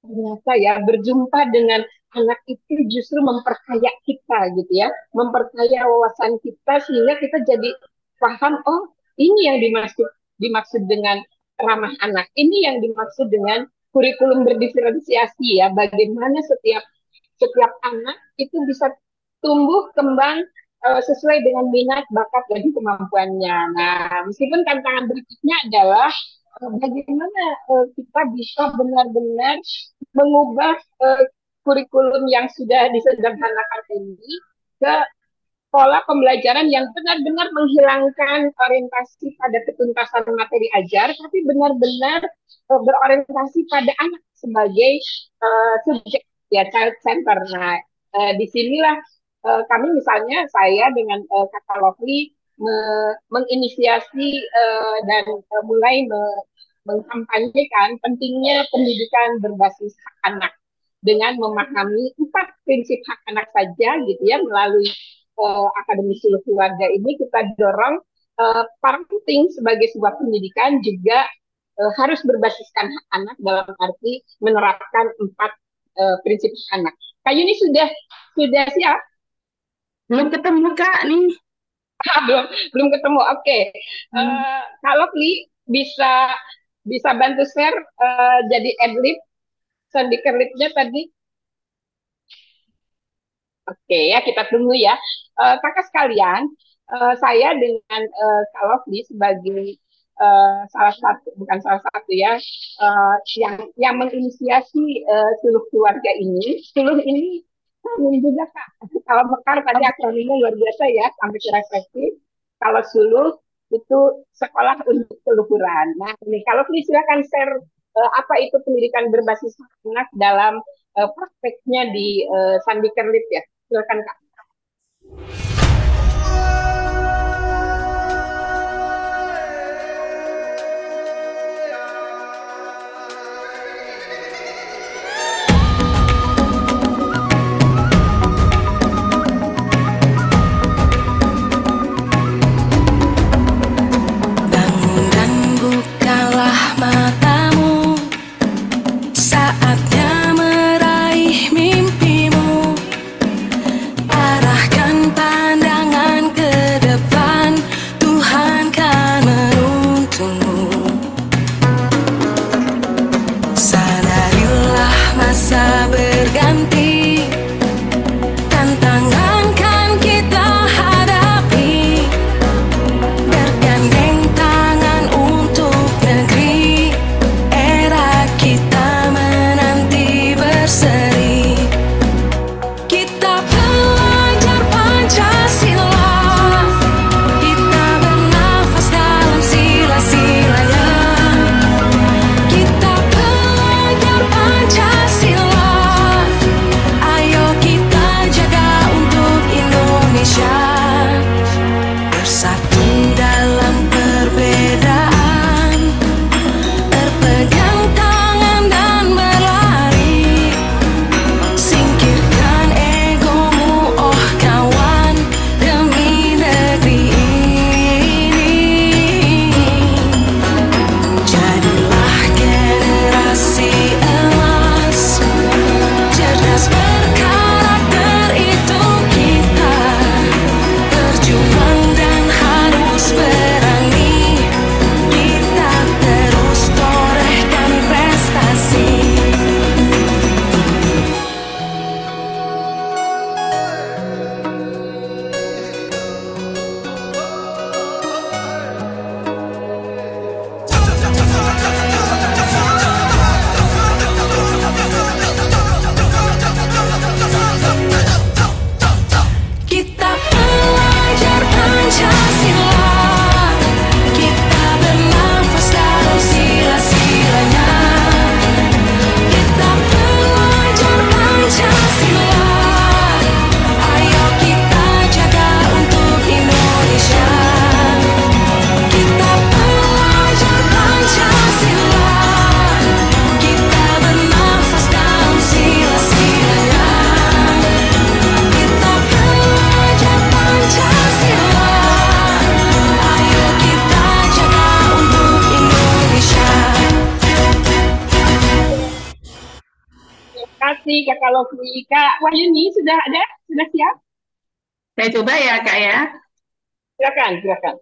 ternyata ya berjumpa dengan anak itu justru memperkaya kita gitu ya, memperkaya wawasan kita sehingga kita jadi paham, oh ini yang dimaksud dimaksud dengan ramah anak, ini yang dimaksud dengan kurikulum berdiferensiasi ya, bagaimana setiap setiap anak itu bisa tumbuh kembang uh, sesuai dengan minat, bakat, dan kemampuannya. Nah, meskipun tantangan berikutnya adalah uh, bagaimana uh, kita bisa benar-benar mengubah uh, kurikulum yang sudah disederhanakan ini ke pola pembelajaran yang benar-benar menghilangkan orientasi pada ketuntasan materi ajar, tapi benar-benar uh, berorientasi pada anak sebagai uh, subjek ya, child center. Nah, uh, disinilah uh, kami misalnya saya dengan uh, Kakak Lovely me- menginisiasi uh, dan uh, mulai me- mengkampanyekan pentingnya pendidikan berbasis hak anak dengan memahami empat prinsip hak anak saja gitu ya, melalui uh, Akademi Suluh Keluarga ini kita dorong uh, parenting sebagai sebuah pendidikan juga uh, harus berbasiskan hak anak dalam arti menerapkan empat uh, prinsip hak anak. Kak Yuni sudah sudah siap? Belum ketemu Kak nih. Ah, belum belum ketemu. Oke, okay. Hmm. uh, kalau Li bisa bisa bantu share uh, jadi adlib sendikerlipnya tadi. Oke ya, kita tunggu ya. Uh, kakak sekalian, uh, saya dengan uh, Kak Lovely sebagai uh, salah satu, bukan salah satu ya, uh, yang yang menginisiasi uh, Suluh Keluarga ini. Suluh ini ini juga Kak. Kalau Mekar tadi akronimnya luar biasa ya, sampai refleksi. Kalau Suluh itu sekolah untuk keluhuran. Nah, ini kalau Lovely silakan share uh, apa itu pendidikan berbasis anak dalam uh, prakteknya di uh, Sandi Kerlip ya. Silakan Kak. Bangun dan bukalah matamu, saatnya meraih mimpimu. Arahkan kasih Kakak Lovely. Kak Wahyuni sudah ada? Sudah siap? Saya coba ya Kak ya. Silakan, silakan.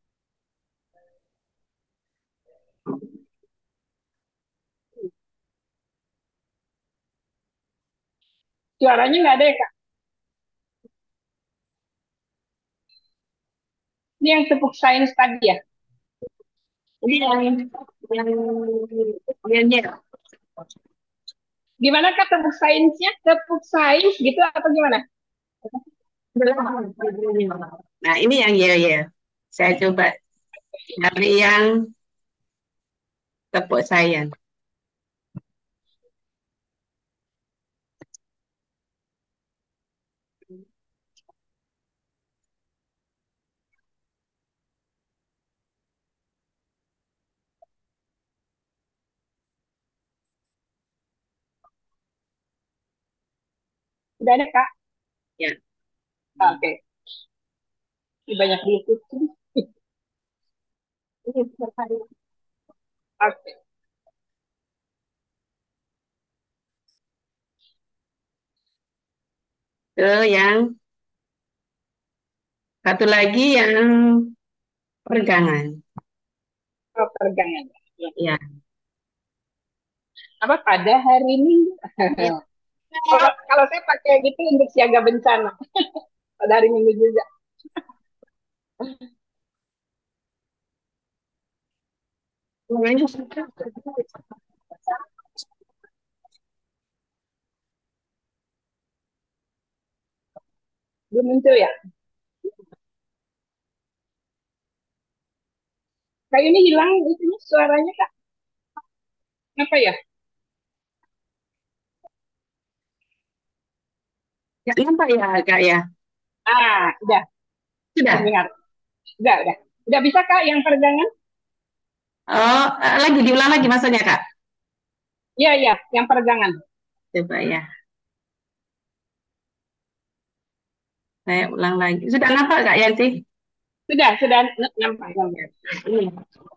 Suaranya nggak ada ya Kak? Ini yang tepuk sains tadi ya? Ini yang yang yang Gimana Kak tepuk sainsnya? Tepuk sains gitu atau gimana? Nah, ini yang ya ya. Saya coba cari yang tepuk sayang. Sudah ada Kak? Ya. Ah, Oke. Ini banyak Bluetooth. Oke. Tuh yang satu lagi yang peregangan. Oh, peregangan. Ya. Ya. Apa pada hari ini? Kalau kalau saya pakai gitu untuk siaga bencana. Pada hari Minggu juga. Belum muncul ya? Kayak ini hilang itunya suaranya Kak. Apa ya? Ya, nampak ya Kak ya. Ah, udah Sudah. terdengar. Udah, udah. Udah bisa Kak yang peregangan? Oh, eh, lagi diulang lagi maksudnya Kak. Iya, iya, yang peregangan. Coba ya. Saya ulang lagi. Sudah nampak Kak Yanti? Sudah, sudah n- nampak. nampak. Ini.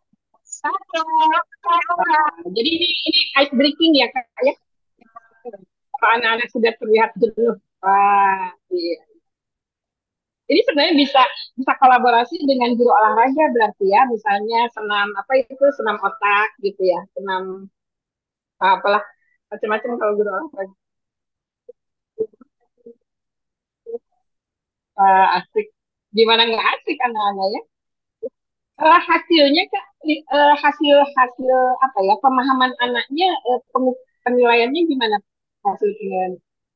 Nah, jadi ini ini ice breaking ya Kak ya? Apa anak-anak sudah terlihat jenuh? Wah, iya. Ini sebenarnya bisa bisa kolaborasi dengan guru olahraga berarti ya, misalnya senam apa itu senam otak gitu ya, senam ah, apalah macam-macam kalau guru olahraga. Ah, asik. Gimana nggak asik anak-anak ya? Eh, hasilnya Kak, li- eh, hasil hasil apa ya pemahaman anaknya eh, pemu- penilaiannya gimana hasil penilaian?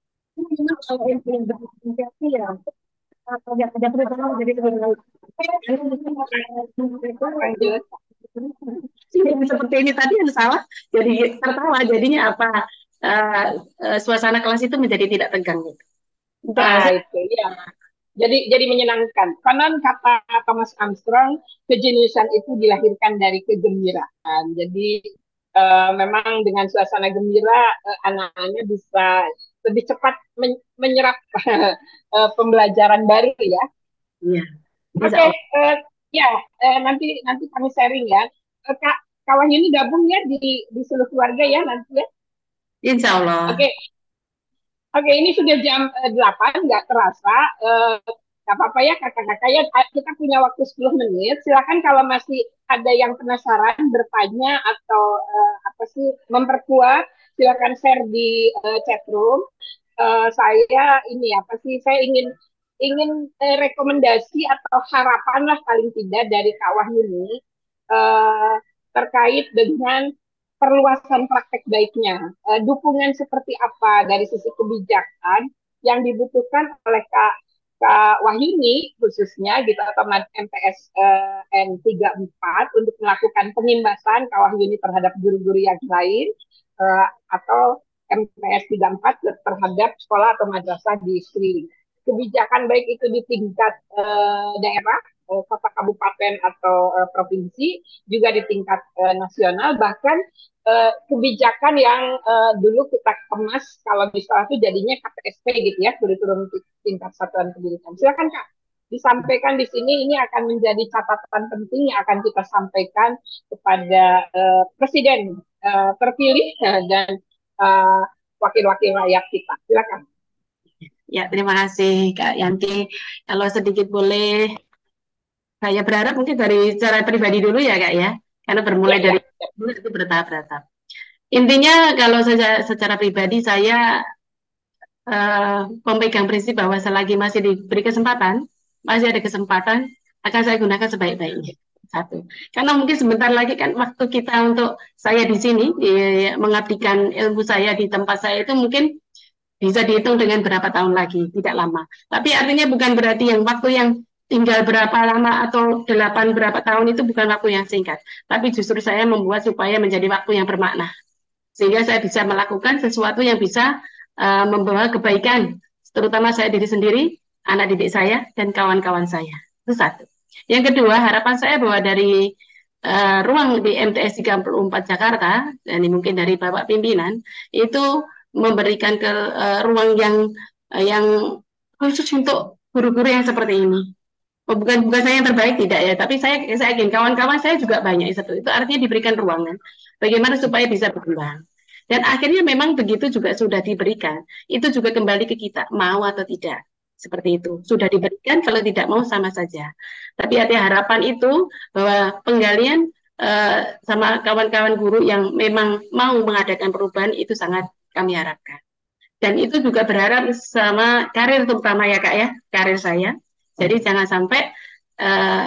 Kurang jelas. Yang seperti ini tadi yang salah jadi tertawa jadinya apa eh, eh, suasana kelas itu menjadi tidak tegang gitu. Eh, Nah saya- itu ya. Jadi jadi menyenangkan. Konon kata Thomas Armstrong, kejeniusan itu dilahirkan dari kegembiraan. Jadi eh, memang dengan suasana gembira eh, anak-anaknya bisa lebih cepat men- menyerap eh, pembelajaran baru ya. Iya, Oke, insya Allah. eh, ya eh, nanti nanti kami sharing ya. Eh, Kak, Kak Wahyu ini gabung ya di di seluruh keluarga ya nanti ya. Insya Allah. Oke, Oke, ini sudah jam eh, delapan, nggak terasa. Eh, nggak apa-apa ya kakak-kakak ya, kita punya waktu sepuluh menit. Silakan kalau masih ada yang penasaran, bertanya, atau eh, apa sih, memperkuat, silakan share di eh, chat room. Eh, saya ini apa sih, saya ingin ingin eh, rekomendasi atau harapan lah paling tidak dari Kak Wahyuni eh, terkait dengan perluasan praktek baiknya. Uh, dukungan seperti apa dari sisi kebijakan yang dibutuhkan oleh Kak, Kak Wahyuni khususnya gitu atau M P S uh, N tiga puluh empat untuk melakukan pengimbasan Kak Wahyuni terhadap guru-guru yang lain uh, atau M P S tiga puluh empat terhadap sekolah atau madrasah di sekeliling. Kebijakan baik itu di tingkat uh, daerah, uh, kota kabupaten atau uh, provinsi, juga di tingkat uh, nasional, bahkan uh, kebijakan yang uh, dulu kita kemas kalau misalnya itu jadinya K P S P gitu ya, kurikulum tingkat satuan pendidikan. Silakan Kak, disampaikan di sini, ini akan menjadi catatan penting yang akan kita sampaikan kepada uh, Presiden uh, terpilih uh, dan uh, wakil-wakil rakyat kita. Silakan. Ya, terima kasih Kak Yanti. Kalau sedikit boleh, saya berharap mungkin dari cara pribadi dulu ya Kak ya, karena bermulai Ya, dari ya. itu bertahap-tahap. Intinya kalau saya secara pribadi saya uh, pemegang prinsip bahwa selagi masih diberi kesempatan, masih ada kesempatan, akan saya gunakan sebaik-baiknya. Satu, karena mungkin sebentar lagi kan waktu kita untuk saya di sini di, mengabdikan ilmu saya di tempat saya itu mungkin bisa dihitung dengan berapa tahun lagi, tidak lama. Tapi artinya bukan berarti yang waktu yang tinggal berapa lama atau delapan berapa tahun itu bukan waktu yang singkat. Tapi justru saya membuat supaya menjadi waktu yang bermakna. Sehingga saya bisa melakukan sesuatu yang bisa uh, membawa kebaikan, terutama saya diri sendiri, anak didik saya, dan kawan-kawan saya. Itu satu. Yang kedua, harapan saya bahwa dari uh, ruang di M T S tiga puluh empat Jakarta, dan ini mungkin dari Bapak Pimpinan, itu memberikan ke uh, ruang yang uh, yang khusus untuk guru-guru yang seperti ini. Oh, bukan bukan saya yang terbaik tidak ya, tapi saya saya yakin kawan-kawan saya juga banyak itu. Itu artinya diberikan ruangan bagaimana supaya bisa berkembang. Dan akhirnya memang begitu juga sudah diberikan. Itu juga kembali ke kita, mau atau tidak. Seperti itu. Sudah diberikan, kalau tidak mau sama saja. Tapi ada harapan itu bahwa penggalian uh, sama kawan-kawan guru yang memang mau mengadakan perubahan itu sangat kami harapkan. Dan itu juga berharap sama karir terutama ya Kak ya, karir saya. Jadi jangan sampai uh,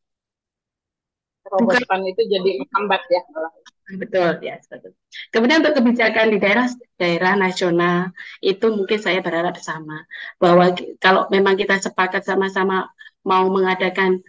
Terobosan itu jadi menghambat ya. Betul ya, betul. Kemudian untuk kebijakan di daerah daerah nasional itu mungkin saya berharap sama bahwa kalau memang kita sepakat sama-sama mau mengadakan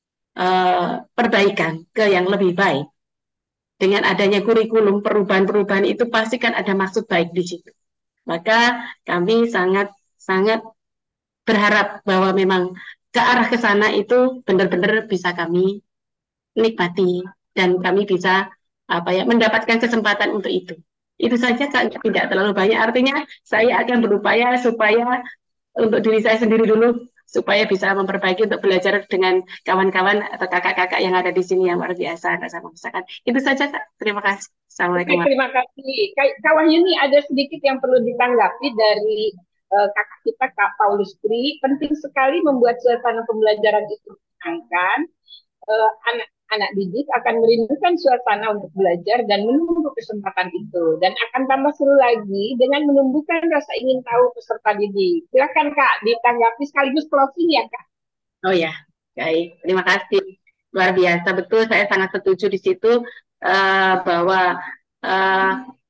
uh, perbaikan ke yang lebih baik dengan adanya kurikulum perubahan-perubahan itu pasti kan ada maksud baik di situ. Maka kami sangat sangat berharap bahwa memang ke arah ke sana itu benar-benar bisa kami nikmati dan kami bisa apa ya mendapatkan kesempatan untuk itu. Itu saja Kak, tidak terlalu banyak. Artinya saya akan berupaya supaya untuk diri saya sendiri dulu supaya bisa memperbaiki untuk belajar dengan kawan-kawan atau kakak-kakak yang ada di sini yang luar biasa. Sama itu saja Kak. Terima kasih. Assalamualaikum. Oke, terima kasih. Kak Wahyuni, ada sedikit yang perlu ditanggapi dari uh, kakak kita Kak Paulus Tri. Penting sekali membuat suasana pembelajaran itu menyenangkan. Uh, anak anak didik akan merindukan suasana untuk belajar dan menunggu kesempatan itu dan akan tambah seru lagi dengan menumbuhkan rasa ingin tahu peserta didik. Silakan Kak ditanggapi sekaligus closing ya Kak. Oh ya, baik. Terima kasih. Luar biasa, betul. Saya sangat setuju di situ uh, bahwa uh,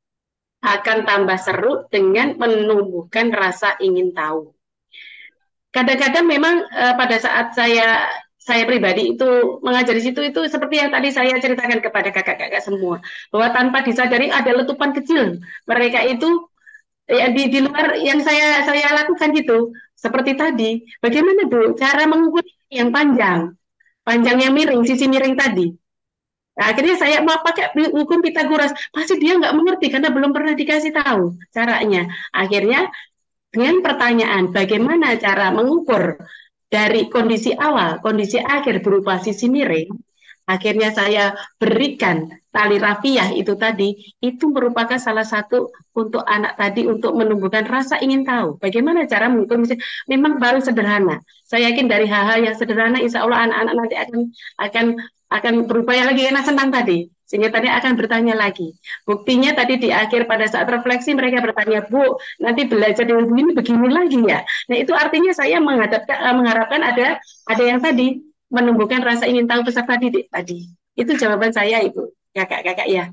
akan tambah seru dengan menumbuhkan rasa ingin tahu. Kadang-kadang memang uh, pada saat saya saya pribadi itu mengajar di situ itu seperti yang tadi saya ceritakan kepada kakak-kakak semua bahwa tanpa disadari ada letupan kecil mereka itu ya, di, di luar yang saya saya lakukan gitu seperti tadi bagaimana Bu cara mengukur yang panjang panjang yang miring sisi miring tadi nah, akhirnya saya mau pakai hukum Pitagoras pasti dia nggak mengerti karena belum pernah dikasih tahu caranya akhirnya dengan pertanyaan bagaimana cara mengukur dari kondisi awal, kondisi akhir berupa sisi miring, akhirnya saya berikan tali rafiah itu tadi, itu merupakan salah satu untuk anak tadi untuk menumbuhkan rasa ingin tahu. Bagaimana cara mengukur misalnya, memang baru sederhana. Saya yakin dari hal-hal yang sederhana, insya Allah anak-anak nanti akan akan akan berupaya lagi karena senang tadi. Sehingga tadi akan bertanya lagi. Buktinya tadi di akhir pada saat refleksi mereka bertanya, Bu, nanti belajar dengan begini begini lagi ya. Nah itu artinya saya menghadapkan, mengharapkan ada ada yang tadi menumbuhkan rasa ingin tahu peserta didik tadi. Itu jawaban saya Ibu, kakak-kakak ya.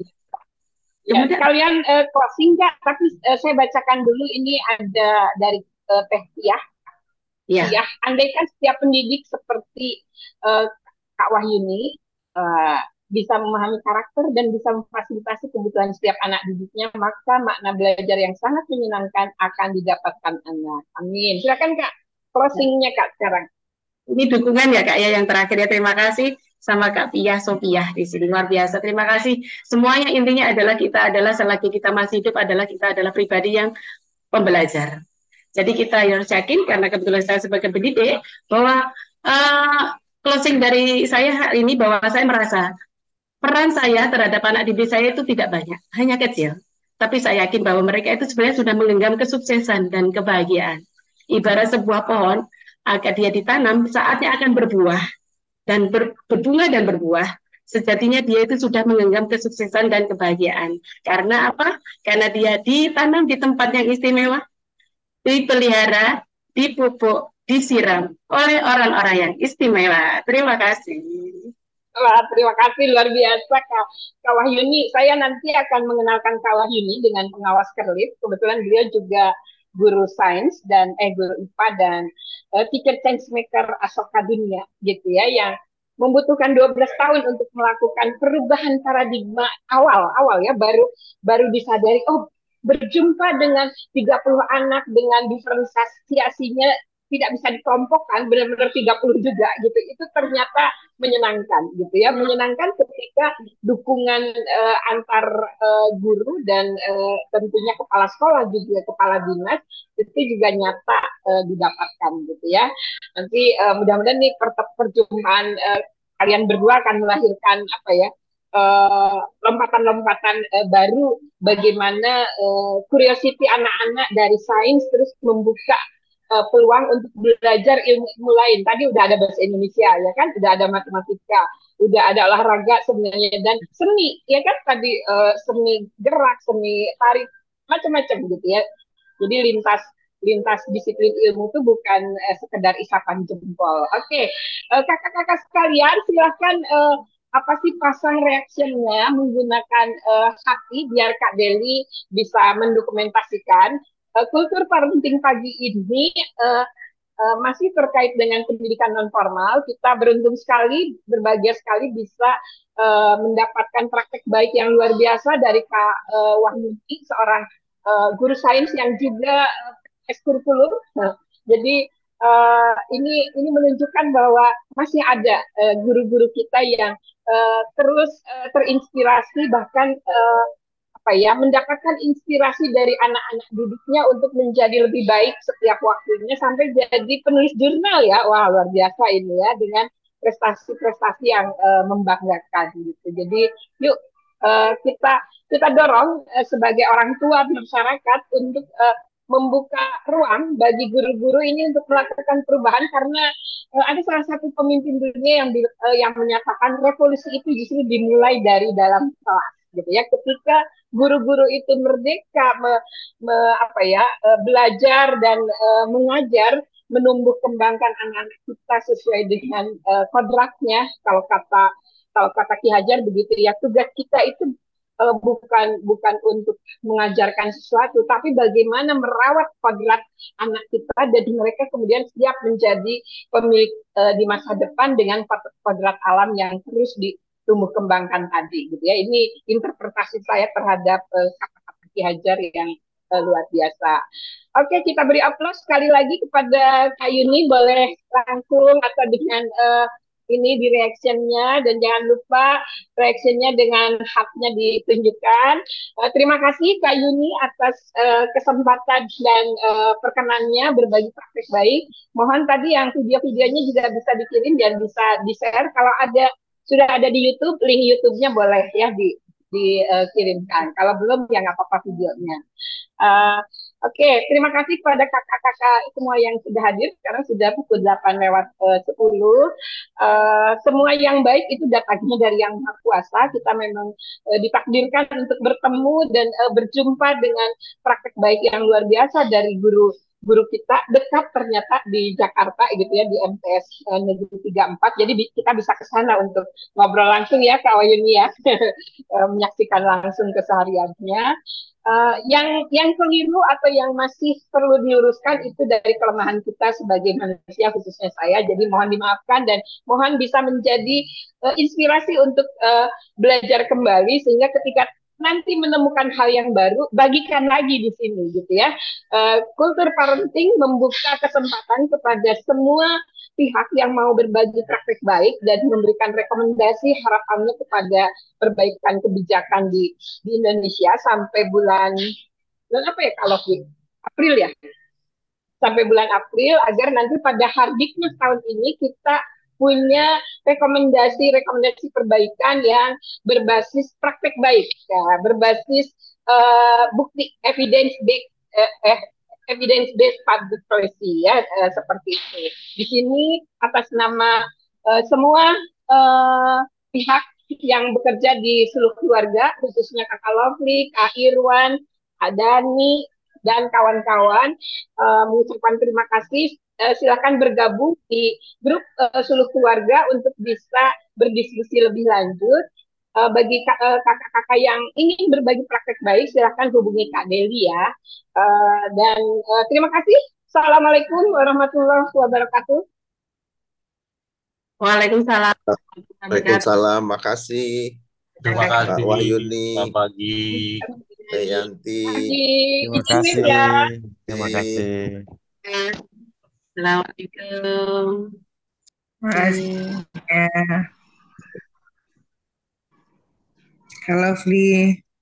Ya, kalian uh, closing nggak? Tapi uh, saya bacakan dulu ini ada dari uh, Teh Tiah. Ya. Ya, andaikan setiap pendidik seperti uh, Kak Wahyuni uh, bisa memahami karakter dan bisa memfasilitasi kebutuhan setiap anak didiknya, maka makna belajar yang sangat menyenangkan akan didapatkan anak. Amin. Silakan Kak, closingnya Kak sekarang. Ini dukungan ya Kak ya yang terakhir ya terima kasih sama Kak Pia Sofiah di sini luar biasa terima kasih semuanya intinya adalah kita adalah selagi kita masih hidup adalah kita adalah pribadi yang pembelajar. Jadi kita harus yakin karena kebetulan saya sebagai pendidik bahwa uh, closing dari saya hari ini bahwa saya merasa peran saya terhadap anak didik saya itu tidak banyak, hanya kecil. tapi saya yakin bahwa mereka itu sebenarnya sudah menggenggam kesuksesan dan kebahagiaan. Ibarat sebuah pohon, agar dia ditanam, saatnya akan berbuah dan ber, berbunga dan berbuah. Sejatinya dia itu sudah menggenggam kesuksesan dan kebahagiaan. Karena apa? Karena dia ditanam di tempat yang istimewa, dipelihara, dipupuk, disiram oleh orang-orang yang istimewa. Terima kasih. Wah, terima kasih luar biasa Kak, Kak Wahyuni. Saya nanti akan mengenalkan Kak Wahyuni dengan pengawas Kerlip. Kebetulan beliau juga guru sains dan eh guru I P A dan uh, teacher change maker Asoka Dunia gitu ya, yang membutuhkan dua belas tahun untuk melakukan perubahan paradigma awal-awal ya, baru baru disadari oh berjumpa dengan tiga puluh anak dengan diferensiasinya tidak bisa dikelompokkan benar-benar tiga puluh juga gitu. Itu ternyata menyenangkan gitu ya, menyenangkan ketika dukungan uh, antar uh, guru dan uh, tentunya kepala sekolah juga kepala dinas itu juga nyata uh, didapatkan gitu ya. Nanti uh, mudah-mudahan nih perjumpaan uh, kalian berdua akan melahirkan apa ya, uh, lompatan-lompatan uh, baru bagaimana uh, curiosity anak-anak dari sains terus membuka uh, peluang untuk belajar ilmu-ilmu lain. Tadi udah ada bahasa Indonesia ya kan, udah ada matematika, udah ada olahraga sebenarnya dan seni ya kan, tadi uh, seni gerak, seni tarik, macam-macam gitu ya. Jadi lintas lintas disiplin ilmu itu bukan uh, sekedar isapan jempol. Oke, okay. uh, kakak-kakak sekalian silahkan uh, apa sih pasang reaksinya menggunakan uh, hati biar Kak Deli bisa mendokumentasikan uh, kultur parenting pagi ini uh, uh, masih terkait dengan pendidikan non formal. Kita beruntung sekali, berbahagia sekali bisa uh, mendapatkan praktek baik yang luar biasa dari Kak uh, Wahyuni, seorang uh, guru sains yang juga uh, ekskurikulum. Nah, jadi uh, ini ini menunjukkan bahwa masih ada uh, guru-guru kita yang uh, terus uh, terinspirasi, bahkan uh, apa ya, mendapatkan inspirasi dari anak-anak didiknya untuk menjadi lebih baik setiap waktunya sampai jadi penulis jurnal ya. Wah, luar biasa ini ya, dengan prestasi-prestasi yang uh, membanggakan gitu. Jadi yuk uh, kita kita dorong uh, sebagai orang tua masyarakat untuk uh, membuka ruang bagi guru-guru ini untuk melakukan perubahan, karena uh, ada salah satu pemimpin dunia yang uh, yang menyatakan revolusi itu justru dimulai dari dalam kelas gitu ya. Ketika guru-guru itu merdeka me, me, apa ya uh, belajar dan uh, mengajar, menumbuh kembangkan anak-anak kita sesuai dengan uh, kodratnya, kalau kata kalau kata Ki Hajar begitu ya. Tugas kita itu uh, bukan bukan untuk mengajarkan sesuatu, tapi bagaimana merawat kodrat anak kita dan mereka kemudian siap menjadi pemilik uh, di masa depan dengan kodrat alam yang terus ditumbuh kembangkan tadi gitu ya. Ini interpretasi saya terhadap uh, kata-kata Ki Hajar yang uh, luar biasa. Oke, kita beri aplaus sekali lagi kepada Kak Yuni, boleh langsung atau dengan uh, ini di reaksinya, dan jangan lupa reaksinya dengan haknya ditunjukkan. Uh, terima kasih Kak Yuni atas uh, kesempatan dan uh, perkenannya berbagi praktek baik. Mohon tadi yang video-videonya juga bisa dikirim dan bisa di-share. Kalau ada sudah ada di YouTube, link YouTube-nya boleh ya di dikirimkan. Uh, Kalau belum ya nggak apa-apa videonya. Uh, Oke, okay, terima kasih kepada kakak-kakak semua yang sudah hadir. Sekarang sudah pukul delapan lewat sepuluh. Uh, semua yang baik itu datangnya dari Yang Maha Kuasa. Kita memang uh, ditakdirkan untuk bertemu dan uh, berjumpa dengan praktek baik yang luar biasa dari guru guru kita, dekat ternyata di Jakarta gitu ya, di M T S uh, Negeri tiga puluh empat. Jadi kita bisa ke sana untuk ngobrol langsung ya Kak Wahyuni ya, menyaksikan langsung kesehariannya. Uh, yang yang keliru atau yang masih perlu diluruskan itu dari kelemahan kita sebagai manusia, khususnya saya. Jadi mohon dimaafkan dan mohon bisa menjadi uh, inspirasi untuk uh, belajar kembali, sehingga ketika nanti menemukan hal yang baru, bagikan lagi di sini gitu ya. Uh, kultur parenting membuka kesempatan kepada semua pihak yang mau berbagi praktek baik dan memberikan rekomendasi harapannya kepada perbaikan kebijakan di, di Indonesia sampai bulan bulan apa ya kalau April ya, sampai bulan April, agar nanti pada hardiknya tahun ini kita punya rekomendasi-rekomendasi perbaikan yang berbasis praktek baik, ya, berbasis uh, bukti evidence based eh, evidence based public policy ya, uh, seperti itu. Di sini atas nama uh, semua uh, pihak yang bekerja di seluruh keluarga, khususnya Kakak Lovely, Kak Irwan, Kak Dani, dan kawan-kawan, uh, mengucapkan terima kasih. Uh, silakan bergabung di grup uh, seluruh keluarga untuk bisa berdiskusi lebih lanjut. Uh, bagi uh, kakak-kakak yang ingin berbagi praktek baik, silakan hubungi Kak Deli ya. Uh, dan uh, terima kasih. Assalamualaikum warahmatullahi wabarakatuh. Waalaikumsalam. Waalaikumsalam, makasih. Terima kasih. Pak Wahyuni. Selamat pagi. Teh Yanti. Terima kasih. Ya. Terima kasih. Assalamualaikum. Terima kasih. Ya. Halo, Fli.